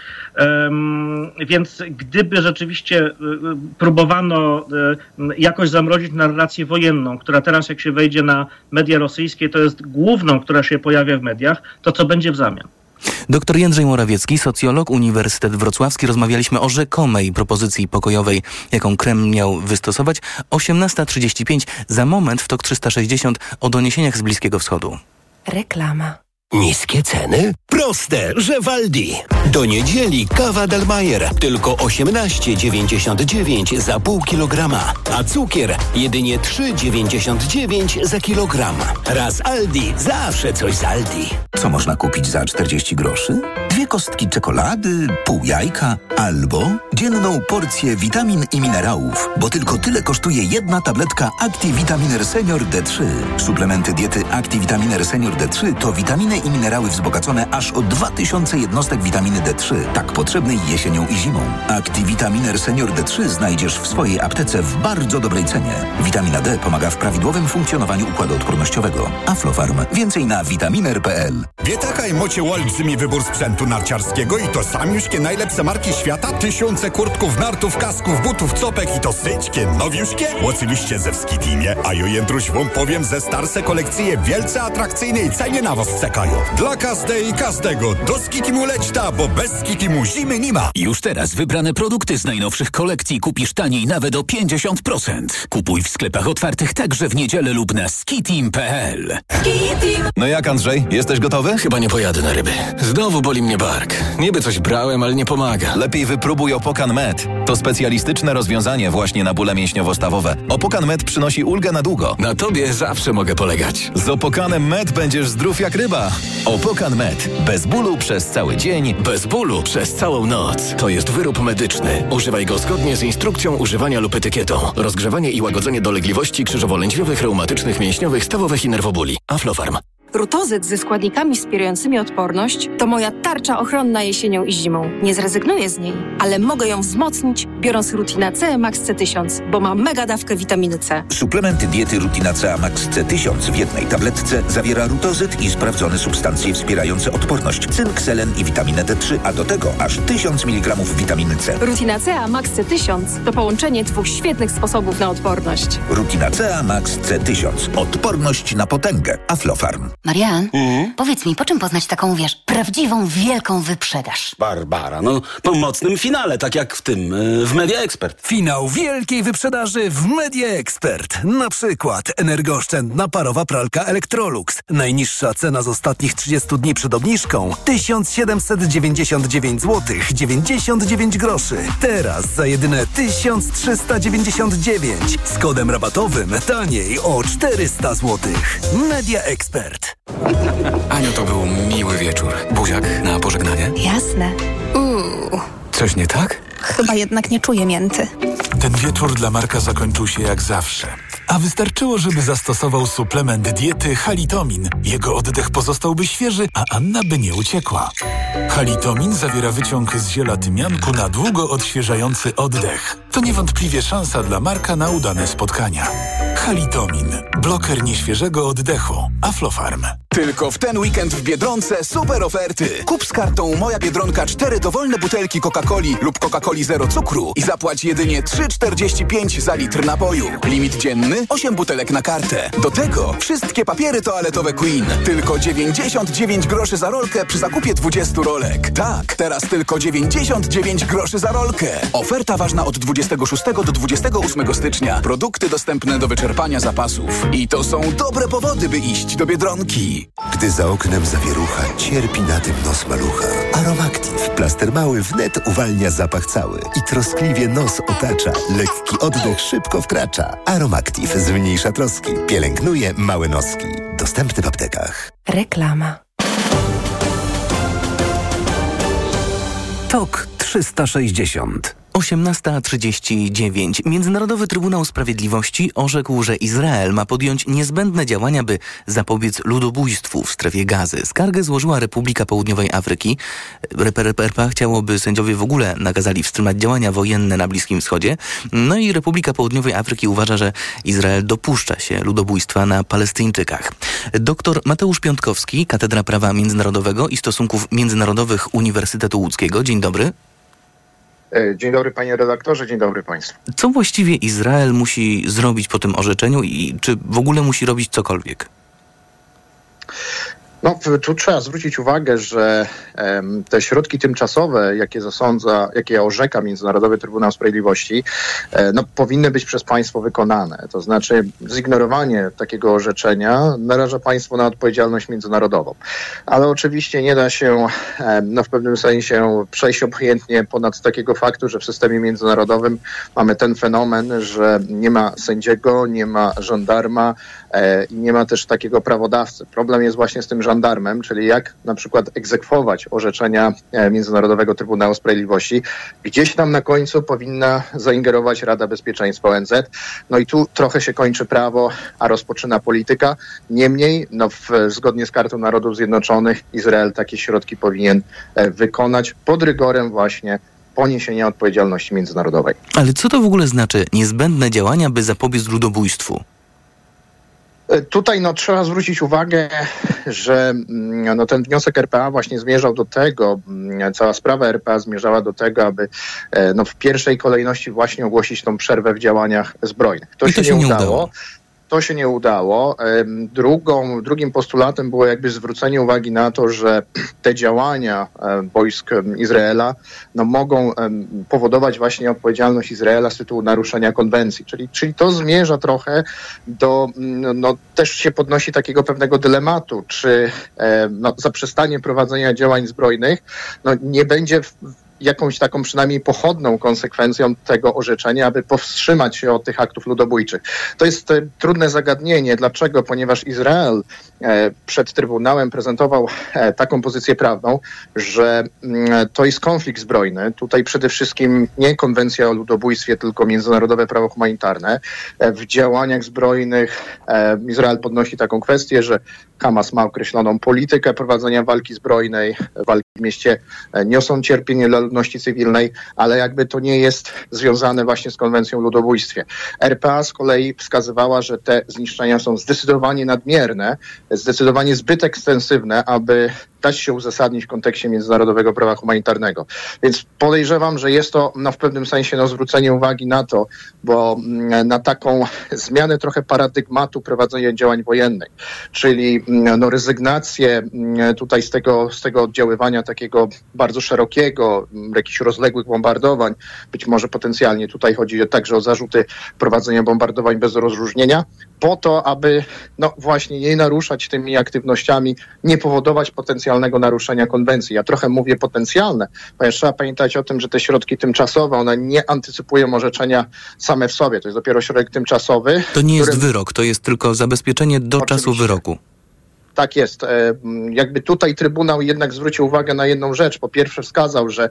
Speaker 25: Um, więc gdyby rzeczywiście e, próbowano e, jakoś zamrozić narrację wojenną, która teraz jak się wejdzie na media rosyjskie, to jest główną, która się pojawia w mediach, to co będzie w zamian?
Speaker 2: Doktor Jędrzej Morawiecki, socjolog, Uniwersytet Wrocławski. Rozmawialiśmy o rzekomej propozycji pokojowej, jaką Kreml miał wystosować. osiemnasta trzydzieści pięć. Za moment w TOK trzysta sześćdziesiąt o doniesieniach z Bliskiego Wschodu.
Speaker 3: Reklama. Niskie ceny? Proste, że w Aldi. Do niedzieli kawa Delmayer tylko osiemnaście dziewięćdziesiąt dziewięć za pół kilograma, a cukier jedynie trzy dziewięćdziesiąt dziewięć za kilogram. Raz Aldi, zawsze coś z Aldi.
Speaker 8: Co można kupić za czterdzieści groszy? Dwie kostki czekolady, pół jajka albo dzienną porcję witamin i minerałów, bo tylko tyle kosztuje jedna tabletka ActiVitaminer Senior D trzy. Suplementy diety ActiVitaminer Senior D trzy to witaminy i minerały wzbogacone aż o dwa tysiące jednostek witaminy D trzy, tak potrzebnej jesienią i zimą. ActiVitaminer Senior D trzy znajdziesz w swojej aptece w bardzo dobrej cenie. Witamina D pomaga w prawidłowym funkcjonowaniu układu odpornościowego. Aflofarm. Więcej na vitaminer kropka p l.
Speaker 10: Wie takaj mocie olbrzymi wybór sprzętu narciarskiego i to samiuśkie najlepsze marki świata? Tysiące kurtków, nartów, kasków, butów, copek i to syćkie, nowiuśkie? Oczywiście ze Skitimie, a ja jędruś wam powiem, ze starsze kolekcje wielce atrakcyjnej cenie na was czekają. Dla każdej i każdego do Skitimu leć ta, bo bez Skitimu zimy nie ma.
Speaker 3: Już teraz wybrane produkty z najnowszych kolekcji kupisz taniej nawet o pięćdziesiąt procent. Kupuj w sklepach otwartych także w niedzielę lub na skitim kropka p l.
Speaker 11: No jak, Andrzej? Jesteś gotowy?
Speaker 3: Chyba nie pojadę na ryby. Znowu boli mnie bark. Niby coś brałem, ale nie pomaga.
Speaker 11: Lepiej wypróbuj Opokan Med. To specjalistyczne rozwiązanie właśnie na bóle mięśniowo-stawowe. Opokan Med przynosi ulgę na długo.
Speaker 3: Na tobie zawsze mogę polegać.
Speaker 11: Z Opokanem Med będziesz zdrów jak ryba. Opokan Med. Bez bólu przez cały dzień.
Speaker 3: Bez bólu przez całą noc. To jest wyrób medyczny. Używaj go zgodnie z instrukcją używania lub etykietą. Rozgrzewanie i łagodzenie dolegliwości krzyżowo-lędźwiowych, reumatycznych, mięśniowych, stawowych i nerwobóli. Aflofarm.
Speaker 12: Rutozyt ze składnikami wspierającymi odporność to moja tarcza ochronna jesienią i zimą. Nie zrezygnuję z niej, ale mogę ją wzmocnić, biorąc Rutina C Max C tysiąc, bo ma mega dawkę witaminy C.
Speaker 8: Suplement diety Rutina C Max C tysiąc w jednej tabletce zawiera rutozyt i sprawdzone substancje wspierające odporność, cynk, selen i witaminę D trzy, a do tego aż tysiąc miligramów witaminy C.
Speaker 12: Rutina C Max C tysiąc to połączenie dwóch świetnych sposobów na odporność.
Speaker 8: Rutina C Max C tysiąc. Odporność na potęgę. Aflofarm.
Speaker 13: Marian, mm? powiedz mi, po czym poznać taką, wiesz, prawdziwą, wielką wyprzedaż?
Speaker 14: Barbara, no po mocnym finale, tak jak w tym, w Media Expert.
Speaker 15: Finał wielkiej wyprzedaży w Media Expert. Na przykład energooszczędna parowa pralka Electrolux. Najniższa cena z ostatnich trzydziestu dni przed obniżką tysiąc siedemset dziewięćdziesiąt dziewięć złotych dziewięćdziesiąt dziewięć groszy. Teraz za jedyne tysiąc trzysta dziewięćdziesiąt dziewięć. Z kodem rabatowym taniej o czterysta złotych. Media Expert.
Speaker 16: Aniu, to był miły wieczór. Buziak na pożegnanie?
Speaker 26: Jasne. Uuu.
Speaker 16: Coś nie tak?
Speaker 26: Chyba jednak nie czuję mięty.
Speaker 27: Ten wieczór dla Marka zakończył się jak zawsze. A wystarczyło, żeby zastosował suplement diety Halitomin. Jego oddech pozostałby świeży, a Anna by nie uciekła. Halitomin zawiera wyciąg z ziela tymianku na długo odświeżający oddech. To niewątpliwie szansa dla Marka na udane spotkania. Halitomin. Bloker nieświeżego oddechu. Aflofarm.
Speaker 28: Tylko w ten weekend w Biedronce super oferty. Kup z kartą Moja Biedronka cztery dowolne butelki Coca-Coli lub Coca-Coli zero cukru i zapłać jedynie trzy czterdzieści pięć za litr napoju. Limit dzienny osiem butelek na kartę. Do tego wszystkie papiery toaletowe Queen. Tylko dziewięćdziesiąt dziewięć groszy za rolkę przy zakupie dwudziestu rolek. Tak, teraz tylko dziewięćdziesiąt dziewięć groszy za rolkę. Oferta ważna od dwudziestego szóstego do dwudziestego ósmego stycznia. Produkty dostępne do wyczerpania zapasów. I to są dobre powody, by iść do Biedronki.
Speaker 29: Gdy za oknem zawierucha, cierpi na tym nos malucha. Aromactive. Plaster mały wnet uwalnia zapach cały i troskliwie nos otacza. Lekki oddech szybko wkracza. Aromactive zmniejsza troski. Pielęgnuje małe noski. Dostępny w aptekach.
Speaker 26: Reklama.
Speaker 9: Tok trzysta sześćdziesiąt.
Speaker 2: osiemnasta trzydzieści dziewięć. Międzynarodowy Trybunał Sprawiedliwości orzekł, że Izrael ma podjąć niezbędne działania, by zapobiec ludobójstwu w strefie Gazy. Skargę złożyła Republika Południowej Afryki. R P R chciało, by sędziowie w ogóle nakazali wstrzymać działania wojenne na Bliskim Wschodzie. No i Republika Południowej Afryki uważa, że Izrael dopuszcza się ludobójstwa na Palestyńczykach. Doktor Mateusz Piątkowski, Katedra Prawa Międzynarodowego i Stosunków Międzynarodowych Uniwersytetu Łódzkiego. Dzień dobry.
Speaker 30: Dzień dobry panie redaktorze, dzień dobry państwu.
Speaker 2: Co właściwie Izrael musi zrobić po tym orzeczeniu i czy w ogóle musi robić cokolwiek?
Speaker 30: No, tu trzeba zwrócić uwagę, że um, te środki tymczasowe, jakie zasądza, jakie orzeka Międzynarodowy Trybunał Sprawiedliwości, e, no, powinny być przez państwo wykonane. To znaczy zignorowanie takiego orzeczenia naraża państwo na odpowiedzialność międzynarodową. Ale oczywiście nie da się e, no, w pewnym sensie przejść obojętnie ponad takiego faktu, że w systemie międzynarodowym mamy ten fenomen, że nie ma sędziego, nie ma żandarma e, i nie ma też takiego prawodawcy. Problem jest właśnie z tym żandarmem, czyli jak na przykład egzekwować orzeczenia Międzynarodowego Trybunału Sprawiedliwości. Gdzieś tam na końcu powinna zaingerować Rada Bezpieczeństwa O N Z. No i tu trochę się kończy prawo, a rozpoczyna polityka. Niemniej, no w, zgodnie z Kartą Narodów Zjednoczonych, Izrael takie środki powinien wykonać pod rygorem właśnie poniesienia odpowiedzialności międzynarodowej.
Speaker 2: Ale co to w ogóle znaczy niezbędne działania, by zapobiec ludobójstwu?
Speaker 30: Tutaj no, trzeba zwrócić uwagę, że no, ten wniosek R P A właśnie zmierzał do tego, cała sprawa R P A zmierzała do tego, aby no, w pierwszej kolejności właśnie ogłosić tą przerwę w działaniach zbrojnych. To,
Speaker 2: to
Speaker 30: się,
Speaker 2: się
Speaker 30: nie
Speaker 2: nie
Speaker 30: udało.
Speaker 2: udało.
Speaker 30: To się nie udało. Drugą, drugim postulatem było jakby zwrócenie uwagi na to, że te działania wojsk Izraela no, mogą powodować właśnie odpowiedzialność Izraela z tytułu naruszenia konwencji. Czyli, czyli to zmierza trochę do, no też się podnosi takiego pewnego dylematu, czy no, zaprzestanie prowadzenia działań zbrojnych no, nie będzie w, jakąś taką przynajmniej pochodną konsekwencją tego orzeczenia, aby powstrzymać się od tych aktów ludobójczych. To jest e, trudne zagadnienie. Dlaczego? Ponieważ Izrael e, przed Trybunałem prezentował e, taką pozycję prawną, że mm, to jest konflikt zbrojny. Tutaj przede wszystkim nie konwencja o ludobójstwie, tylko międzynarodowe prawo humanitarne. E, w działaniach zbrojnych e, Izrael podnosi taką kwestię, że Hamas ma określoną politykę prowadzenia walki zbrojnej, walki w mieście, e, niosą cierpienie dla ludności cywilnej, ale jakby to nie jest związane właśnie z konwencją o ludobójstwie. R P A z kolei wskazywała, że te zniszczenia są zdecydowanie nadmierne, zdecydowanie zbyt ekstensywne, aby dać się uzasadnić w kontekście międzynarodowego prawa humanitarnego. Więc podejrzewam, że jest to no, w pewnym sensie no, zwrócenie uwagi na to, bo mm, na taką zmianę trochę paradygmatu prowadzenia działań wojennych, czyli mm, no, rezygnację mm, tutaj z tego, z tego oddziaływania takiego bardzo szerokiego, mm, jakichś rozległych bombardowań, być może potencjalnie tutaj chodzi także o zarzuty prowadzenia bombardowań bez rozróżnienia, po to, aby no właśnie nie naruszać tymi aktywnościami, nie powodować potencjalnego naruszenia konwencji. Ja trochę mówię potencjalne, ponieważ trzeba pamiętać o tym, że te środki tymczasowe, one nie antycypują orzeczenia same w sobie. To jest dopiero środek tymczasowy.
Speaker 2: To nie jest
Speaker 30: którym...
Speaker 2: wyrok, to jest tylko zabezpieczenie do
Speaker 30: Oczywiście.
Speaker 2: czasu wyroku.
Speaker 30: Tak jest. Jakby tutaj Trybunał jednak zwrócił uwagę na jedną rzecz. Po pierwsze wskazał, że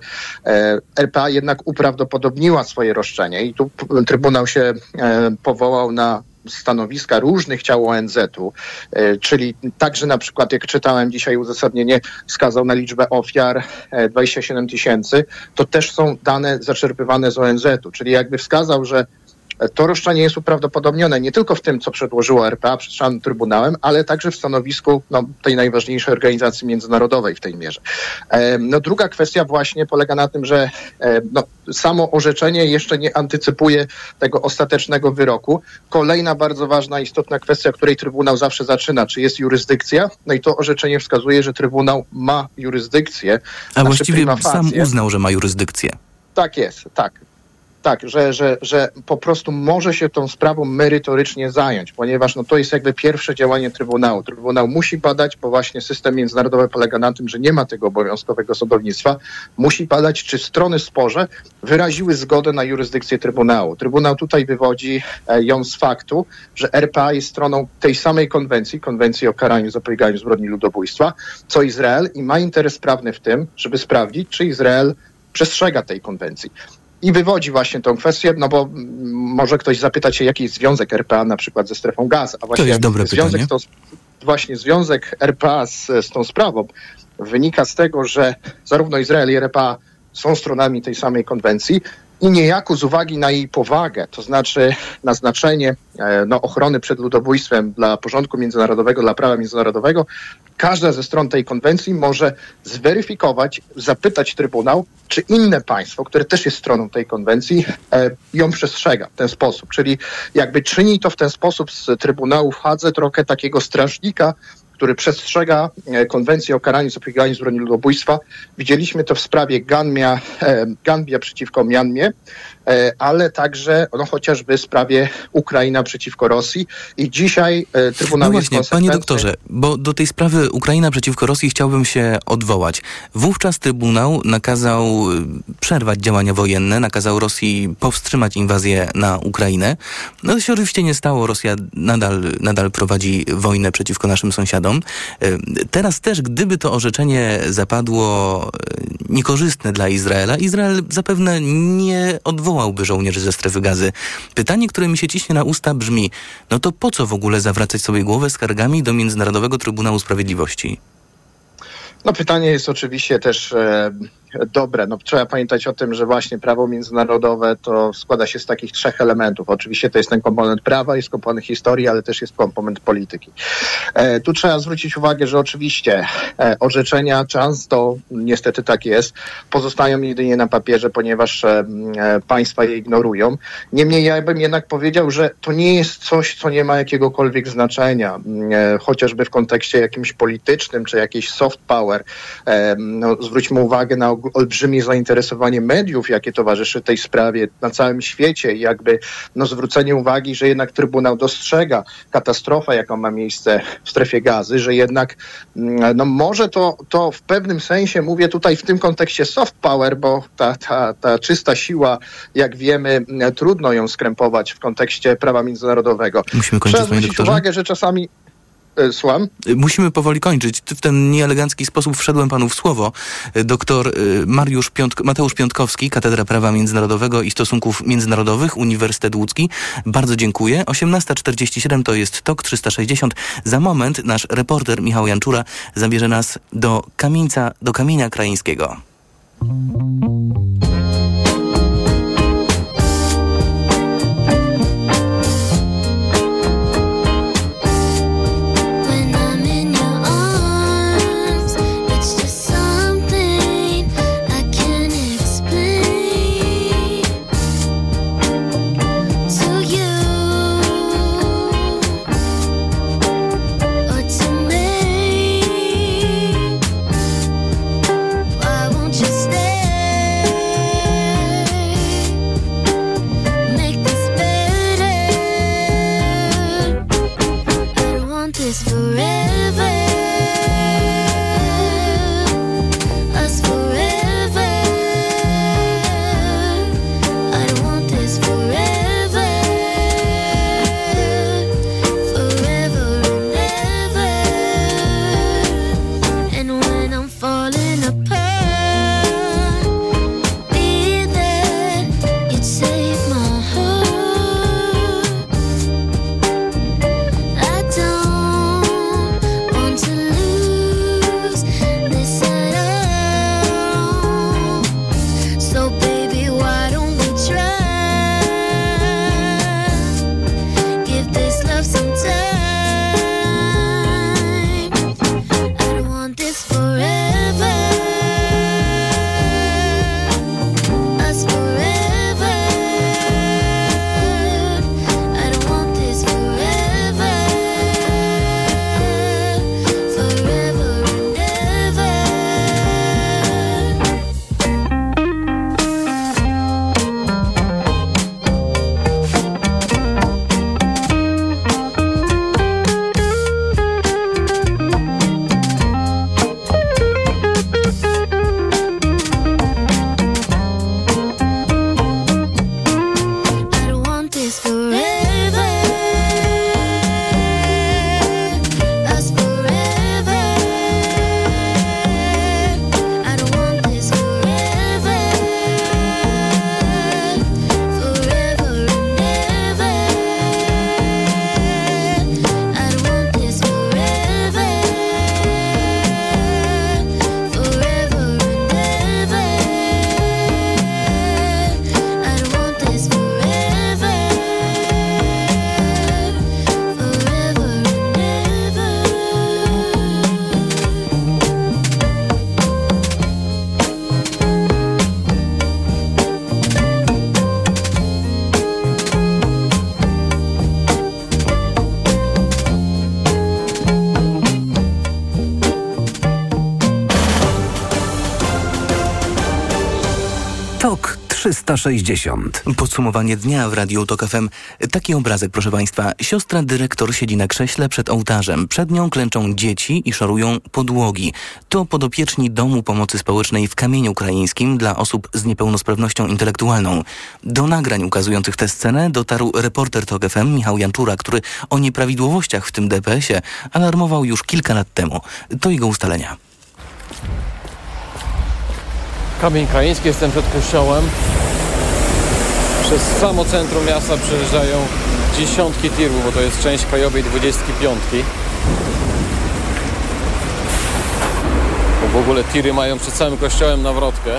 Speaker 30: R P A jednak uprawdopodobniła swoje roszczenie i tu Trybunał się powołał na stanowiska różnych ciał O N Z-u, czyli także na przykład, jak czytałem dzisiaj uzasadnienie, wskazał na liczbę ofiar dwadzieścia siedem tysięcy, to też są dane zaczerpywane z O N Z-u, czyli jakby wskazał, że to roszczenie jest uprawdopodobnione nie tylko w tym, co przedłożyło R P A przed szanownym Trybunałem, ale także w stanowisku no, tej najważniejszej organizacji międzynarodowej w tej mierze. E, no, druga kwestia właśnie polega na tym, że e, no, samo orzeczenie jeszcze nie antycypuje tego ostatecznego wyroku. Kolejna bardzo ważna, istotna kwestia, której Trybunał zawsze zaczyna, czy jest jurysdykcja? No i to orzeczenie wskazuje, że Trybunał ma jurysdykcję.
Speaker 2: A właściwie sam uznał, że ma jurysdykcję.
Speaker 30: Tak jest, tak. Tak, że, że, że po prostu może się tą sprawą merytorycznie zająć, ponieważ no, to jest jakby pierwsze działanie Trybunału. Trybunał musi badać, bo właśnie system międzynarodowy polega na tym, że nie ma tego obowiązkowego sądownictwa. Musi badać, czy strony w sporze wyraziły zgodę na jurysdykcję Trybunału. Trybunał tutaj wywodzi e, ją z faktu, że R P A jest stroną tej samej konwencji, konwencji o karaniu zapobieganiu zbrodni ludobójstwa, co Izrael i ma interes prawny w tym, żeby sprawdzić, czy Izrael przestrzega tej konwencji. I wywodzi właśnie tą kwestię, no bo m, może ktoś zapytać się, jaki jest związek R P A na przykład ze strefą Gazy. A właśnie
Speaker 2: to jest dobre
Speaker 30: związek
Speaker 2: pytanie.
Speaker 30: To, właśnie związek R P A z, z tą sprawą wynika z tego, że zarówno Izrael i R P A są stronami tej samej konwencji i niejako z uwagi na jej powagę, to znaczy na znaczenie e, no, ochrony przed ludobójstwem dla porządku międzynarodowego, dla prawa międzynarodowego, każda ze stron tej konwencji może zweryfikować, zapytać Trybunał, czy inne państwo, które też jest stroną tej konwencji, e, ją przestrzega w ten sposób. Czyli jakby czyni to w ten sposób z Trybunału w Hadze trochę takiego strażnika, który przestrzega konwencję o karaniu zapobieganiu zbrodni ludobójstwa. Widzieliśmy to w sprawie Ganmia, e, Gambia przeciwko Mianmie, e, ale także no, chociażby w sprawie Ukraina przeciwko Rosji. I dzisiaj e, Trybunał
Speaker 2: no
Speaker 30: jest
Speaker 2: właśnie, panie doktorze, bo do tej sprawy Ukraina przeciwko Rosji chciałbym się odwołać. Wówczas Trybunał nakazał przerwać działania wojenne, nakazał Rosji powstrzymać inwazję na Ukrainę. No to się oczywiście nie stało. Rosja nadal, nadal prowadzi wojnę przeciwko naszym sąsiadom. Teraz też, gdyby to orzeczenie zapadło niekorzystne dla Izraela, Izrael zapewne nie odwołałby żołnierzy ze strefy Gazy. Pytanie, które mi się ciśnie na usta brzmi, no to po co w ogóle zawracać sobie głowę skargami do Międzynarodowego Trybunału Sprawiedliwości?
Speaker 30: No pytanie jest oczywiście też e, dobre. No, trzeba pamiętać o tym, że właśnie prawo międzynarodowe to składa się z takich trzech elementów. Oczywiście to jest ten komponent prawa, jest komponent historii, ale też jest komponent polityki. E, tu trzeba zwrócić uwagę, że oczywiście e, orzeczenia często, niestety tak jest, pozostają jedynie na papierze, ponieważ e, państwa je ignorują. Niemniej ja bym jednak powiedział, że to nie jest coś, co nie ma jakiegokolwiek znaczenia, e, chociażby w kontekście jakimś politycznym, czy jakiejś soft power. E, no, zwróćmy uwagę na to olbrzymie zainteresowanie mediów, jakie towarzyszy tej sprawie na całym świecie i jakby no, zwrócenie uwagi, że jednak Trybunał dostrzega katastrofę, jaka ma miejsce w strefie Gazy, że jednak no, może to, to w pewnym sensie, mówię tutaj w tym kontekście soft power, bo ta, ta, ta czysta siła, jak wiemy, trudno ją skrępować w kontekście prawa międzynarodowego.
Speaker 2: Musimy kończyć,
Speaker 30: Trzeba zwrócić uwagę, że czasami Słucham?
Speaker 2: Musimy powoli kończyć. W ten nieelegancki sposób wszedłem panu w słowo. Doktor Mariusz Piątk- Mateusz Piątkowski, Katedra Prawa Międzynarodowego i Stosunków Międzynarodowych, Uniwersytet Łódzki. Bardzo dziękuję. osiemnasta czterdzieści siedem to jest T O K trzysta sześćdziesiąt. Za moment nasz reporter Michał Janczura zabierze nas do Kamieńca, do Kamienia Krajeńskiego. trzysta sześćdziesiąt. Podsumowanie dnia w Radiu Tok F M. Taki obrazek, proszę Państwa. Siostra dyrektor siedzi na krześle przed ołtarzem. Przed nią klęczą dzieci i szorują podłogi. To podopieczni Domu Pomocy Społecznej w Kamieniu Krajeńskim dla osób z niepełnosprawnością intelektualną. Do nagrań ukazujących tę scenę dotarł reporter Tok F M Michał Janczura, który o nieprawidłowościach w tym D P S ie alarmował już kilka lat temu. To jego ustalenia.
Speaker 1: Kamień Krajeński, jestem przed kościołem. Przez samo centrum miasta przejeżdżają dziesiątki tirów, bo to jest część krajowej dwudziestki piątki. Bo w ogóle tiry mają przed całym kościołem nawrotkę.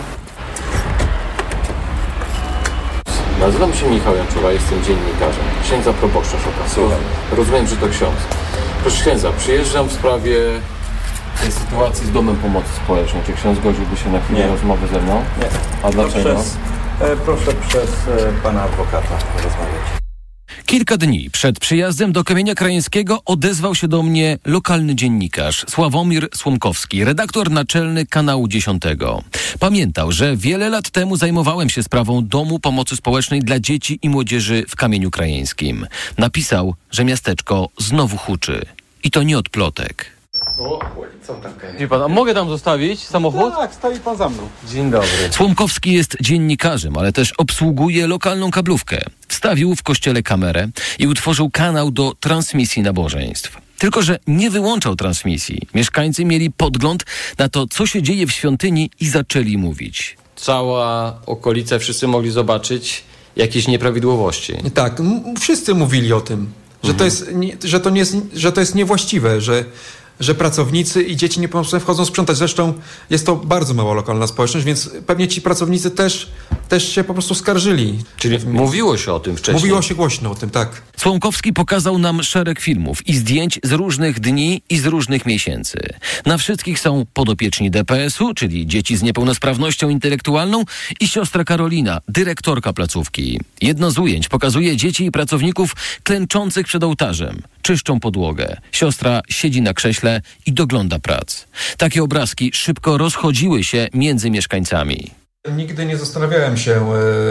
Speaker 1: Nazywam się Michał Janczura, jestem dziennikarzem. Księdza proboszcza szukam. Rozumiem, że to ksiądz. Proszę księdza, przyjeżdżam w sprawie tej sytuacji z Domem Pomocy Społecznej. Czy ksiądz zgodziłby się na chwilę rozmowy ze mną?
Speaker 4: Nie.
Speaker 1: A dlaczego?
Speaker 4: Przez, e, proszę przez e, pana adwokata rozmawiać. Kilka dni przed przyjazdem do Kamienia Krajeńskiego odezwał się do mnie lokalny dziennikarz Sławomir Słomkowski, redaktor naczelny Kanału Dziesiątego. Pamiętał, że wiele lat temu zajmowałem się sprawą Domu Pomocy Społecznej dla Dzieci i Młodzieży w Kamieniu Krajeńskim. Napisał, że miasteczko znowu huczy. I to nie od plotek.
Speaker 1: O, co takie? Pan, a mogę tam zostawić samochód?
Speaker 5: Tak, stoi pan za mną.
Speaker 1: Dzień dobry.
Speaker 4: Słomkowski jest dziennikarzem, ale też obsługuje lokalną kablówkę. Wstawił w kościele kamerę i utworzył kanał do transmisji nabożeństw. Tylko że nie wyłączał transmisji. Mieszkańcy mieli podgląd na to, co się dzieje w świątyni i zaczęli mówić.
Speaker 1: Cała okolica, wszyscy mogli zobaczyć jakieś nieprawidłowości.
Speaker 5: Tak, m- wszyscy mówili o tym, że, mhm. to jest, nie, że, to nie jest, że to jest niewłaściwe, że że pracownicy i dzieci niepełnosprawne wchodzą sprzątać. Zresztą jest to bardzo mała lokalna społeczność, więc pewnie ci pracownicy też, też się po prostu skarżyli.
Speaker 1: Czyli mówiło się o tym wcześniej?
Speaker 5: Mówiło się głośno o tym, tak.
Speaker 4: Słomkowski pokazał nam szereg filmów i zdjęć z różnych dni i z różnych miesięcy. Na wszystkich są podopieczni D P S u, czyli dzieci z niepełnosprawnością intelektualną, i siostra Karolina, dyrektorka placówki. Jedno z ujęć pokazuje dzieci i pracowników klęczących przed ołtarzem. Czyszczą podłogę. Siostra siedzi na krześle i dogląda prac. Takie obrazki szybko rozchodziły się między mieszkańcami.
Speaker 5: Nigdy nie zastanawiałem się,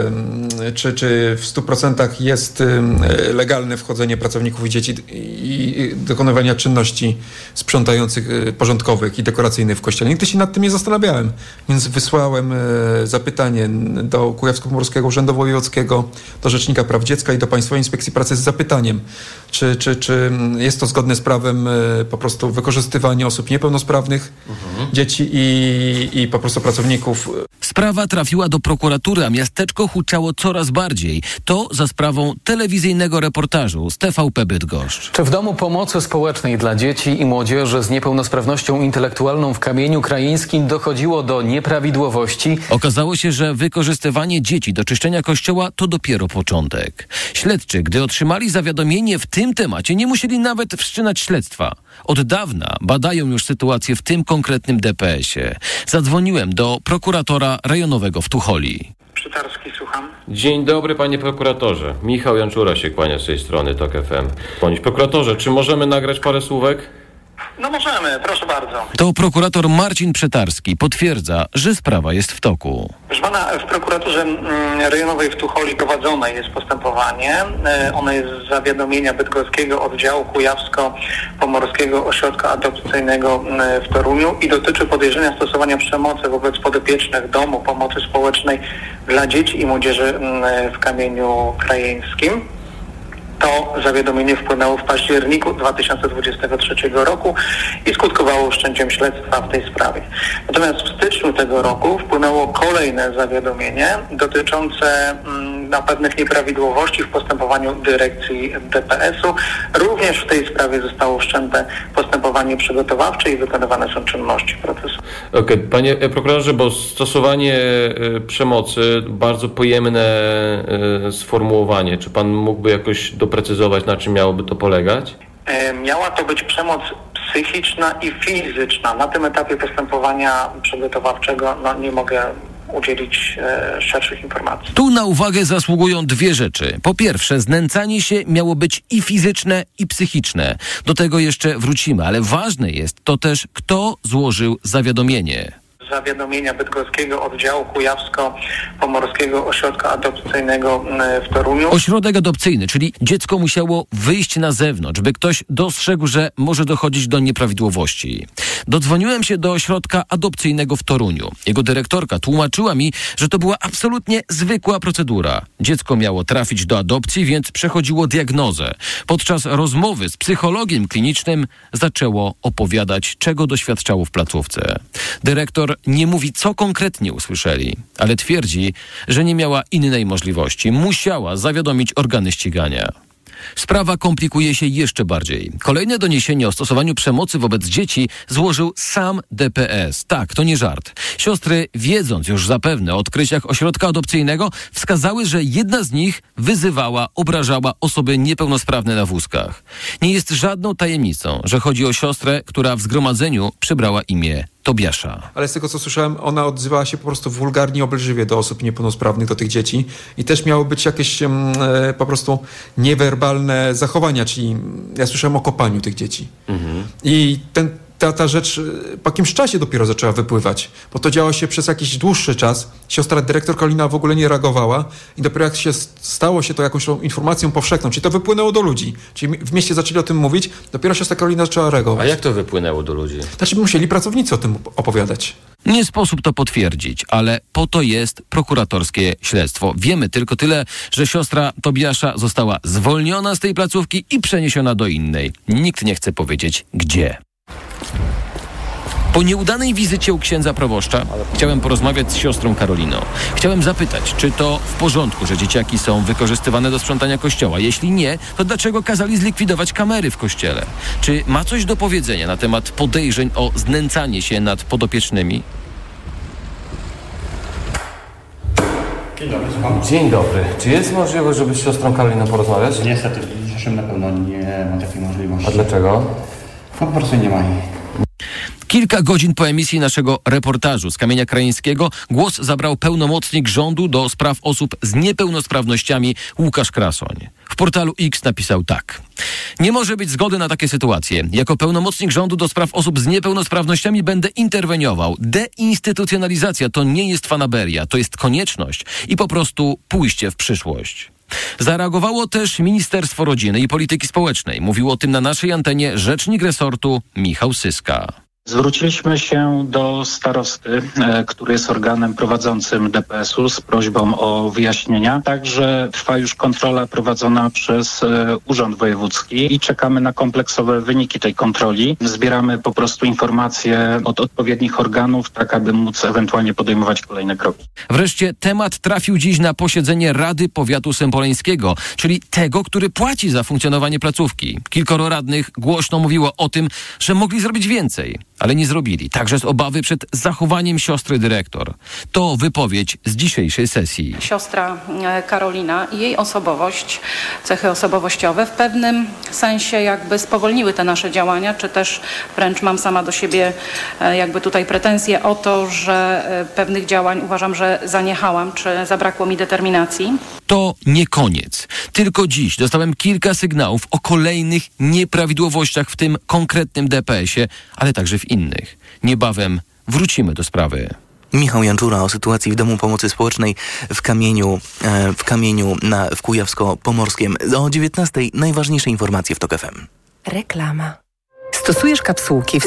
Speaker 5: czy, czy w stu procentach jest legalne wchodzenie pracowników i dzieci i dokonywania czynności sprzątających, porządkowych i dekoracyjnych w kościele. Nigdy się nad tym nie zastanawiałem, więc wysłałem zapytanie do Kujawsko-Pomorskiego Urzędu Wojewódzkiego, do Rzecznika Praw Dziecka i do Państwowej Inspekcji Pracy z zapytaniem, czy, czy, czy jest to zgodne z prawem po prostu wykorzystywanie osób niepełnosprawnych, mhm. dzieci i, i po prostu pracowników.
Speaker 4: Sprawa trafiła do prokuratury, a miasteczko huczało coraz bardziej. To za sprawą telewizyjnego reportażu z T V P Bydgoszcz.
Speaker 7: Czy w Domu Pomocy Społecznej dla Dzieci i Młodzieży z niepełnosprawnością intelektualną w Kamieniu Krajeńskim dochodziło do nieprawidłowości?
Speaker 4: Okazało się, że wykorzystywanie dzieci do czyszczenia kościoła to dopiero początek. Śledczy, gdy otrzymali zawiadomienie w tym temacie, nie musieli nawet wszczynać śledztwa. Od dawna badają już sytuację w tym konkretnym D P S ie. Zadzwoniłem do prokuratora rejonowego w Tucholi.
Speaker 17: Przytarski, słucham.
Speaker 1: Dzień dobry, panie prokuratorze. Michał Janczura się kłania z tej strony Tok F M. Panie prokuratorze, czy możemy nagrać parę słówek?
Speaker 17: No możemy, proszę bardzo.
Speaker 4: To prokurator Marcin Przetarski potwierdza, że sprawa jest w toku.
Speaker 17: Proszę pana, w prokuraturze rejonowej w Tucholi prowadzone jest postępowanie. Ono jest z zawiadomienia bydgoskiego oddziału Kujawsko-Pomorskiego Ośrodka Adopcyjnego w Toruniu i dotyczy podejrzenia stosowania przemocy wobec podopiecznych Domu Pomocy Społecznej dla Dzieci i Młodzieży w Kamieniu Krajeńskim. To zawiadomienie wpłynęło w październiku dwa tysiące dwudziestego trzeciego roku i skutkowało wszczęciem śledztwa w tej sprawie. Natomiast w styczniu tego roku wpłynęło kolejne zawiadomienie dotyczące mm, na pewnych nieprawidłowości w postępowaniu dyrekcji D P S u. Również w tej sprawie zostało wszczęte postępowanie przygotowawcze i wykonywane są czynności procesu.
Speaker 1: Okej, okay. Panie prokuratorze, bo stosowanie y, przemocy, bardzo pojemne y, sformułowanie. Czy pan mógłby jakoś doprecyzować, na czym miałoby to polegać?
Speaker 17: E, miała to być przemoc psychiczna i fizyczna. Na tym etapie postępowania przygotowawczego no, nie mogę udzielić e, szerszych informacji.
Speaker 4: Tu na uwagę zasługują dwie rzeczy. Po pierwsze, znęcanie się miało być i fizyczne, i psychiczne. Do tego jeszcze wrócimy, ale ważne jest to też, kto złożył zawiadomienie.
Speaker 17: Zawiadomienia bydgoskiego oddziału Kujawsko-Pomorskiego Ośrodka Adopcyjnego w Toruniu.
Speaker 4: Ośrodek adopcyjny, czyli dziecko musiało wyjść na zewnątrz, by ktoś dostrzegł, że może dochodzić do nieprawidłowości. Dodzwoniłem się do ośrodka adopcyjnego w Toruniu. Jego dyrektorka tłumaczyła mi, że to była absolutnie zwykła procedura. Dziecko miało trafić do adopcji, więc przechodziło diagnozę. Podczas rozmowy z psychologiem klinicznym zaczęło opowiadać, czego doświadczało w placówce. Dyrektor nie mówi, co konkretnie usłyszeli, ale twierdzi, że nie miała innej możliwości. Musiała zawiadomić organy ścigania. Sprawa komplikuje się jeszcze bardziej. Kolejne doniesienie o stosowaniu przemocy wobec dzieci złożył sam D P S. Tak, to nie żart. Siostry, wiedząc już zapewne o odkryciach ośrodka adopcyjnego, wskazały, że jedna z nich wyzywała, obrażała osoby niepełnosprawne na wózkach. Nie jest żadną tajemnicą, że chodzi o siostrę, która w zgromadzeniu przybrała imię Tobiasza.
Speaker 5: Ale z tego, co słyszałem, ona odzywała się po prostu wulgarnie, obelżywie do osób niepełnosprawnych, do tych dzieci i też miały być jakieś e, po prostu niewerbalne zachowania, czyli ja słyszałem o kopaniu tych dzieci. Mhm. I ten Ta, ta rzecz po jakimś czasie dopiero zaczęła wypływać, bo to działo się przez jakiś dłuższy czas. Siostra dyrektor Karolina w ogóle nie reagowała i dopiero jak się stało się to jakąś informacją powszechną, czyli to wypłynęło do ludzi, czyli w mieście zaczęli o tym mówić, dopiero siostra Karolina zaczęła reagować.
Speaker 1: A jak to wypłynęło do ludzi?
Speaker 5: Znaczy musieli pracownicy o tym opowiadać.
Speaker 4: Nie sposób to potwierdzić, ale po to jest prokuratorskie śledztwo. Wiemy tylko tyle, że siostra Tobiasza została zwolniona z tej placówki i przeniesiona do innej. Nikt nie chce powiedzieć gdzie. Po nieudanej wizycie u księdza proboszcza chciałem porozmawiać z siostrą Karoliną. Chciałem zapytać, czy to w porządku, że dzieciaki są wykorzystywane do sprzątania kościoła. Jeśli nie, to dlaczego kazali zlikwidować kamery w kościele? Czy ma coś do powiedzenia na temat podejrzeń o znęcanie się nad podopiecznymi?
Speaker 6: Dzień dobry, słucham.
Speaker 1: Dzień dobry. Czy jest możliwość, żeby z siostrą Karoliną porozmawiać?
Speaker 6: Niestety, w dzisiejszym na pewno nie ma takiej możliwości.
Speaker 1: A dlaczego?
Speaker 6: No po prostu nie ma jej.
Speaker 4: Kilka godzin po emisji naszego reportażu z Kamienia Krajeńskiego głos zabrał pełnomocnik rządu do spraw osób z niepełnosprawnościami Łukasz Krasoń. W portalu X napisał tak. Nie może być zgody na takie sytuacje. Jako pełnomocnik rządu do spraw osób z niepełnosprawnościami będę interweniował. Deinstytucjonalizacja to nie jest fanaberia, to jest konieczność i po prostu pójście w przyszłość. Zareagowało też Ministerstwo Rodziny i Polityki Społecznej. Mówił o tym na naszej antenie rzecznik resortu Michał Syska.
Speaker 10: Zwróciliśmy się do starosty, e, który jest organem prowadzącym D P S u z prośbą o wyjaśnienia. Także trwa już kontrola prowadzona przez e, Urząd Wojewódzki i czekamy na kompleksowe wyniki tej kontroli. Zbieramy po prostu informacje od odpowiednich organów, tak aby móc ewentualnie podejmować kolejne kroki.
Speaker 4: Wreszcie temat trafił dziś na posiedzenie Rady Powiatu Sępoleńskiego, czyli tego, który płaci za funkcjonowanie placówki. Kilkoro radnych głośno mówiło o tym, że mogli zrobić więcej. Ale nie zrobili, także z obawy przed zachowaniem siostry dyrektor. To wypowiedź z dzisiejszej sesji.
Speaker 18: Siostra Karolina i jej osobowość, cechy osobowościowe w pewnym sensie jakby spowolniły te nasze działania, czy też wręcz mam sama do siebie jakby tutaj pretensje o to, że pewnych działań uważam, że zaniechałam, czy zabrakło mi determinacji.
Speaker 4: To nie koniec. Tylko dziś dostałem kilka sygnałów o kolejnych nieprawidłowościach w tym konkretnym D P S ie, ale także w innych. Niebawem wrócimy do sprawy.
Speaker 2: Michał Janczura o sytuacji w Domu Pomocy Społecznej w Kamieniu, e, w Kamieniu na, w Kujawsko-Pomorskiem. O dziewiętnastej najważniejsze informacje w TOK F M.
Speaker 26: Reklama. Stosujesz kapsułki w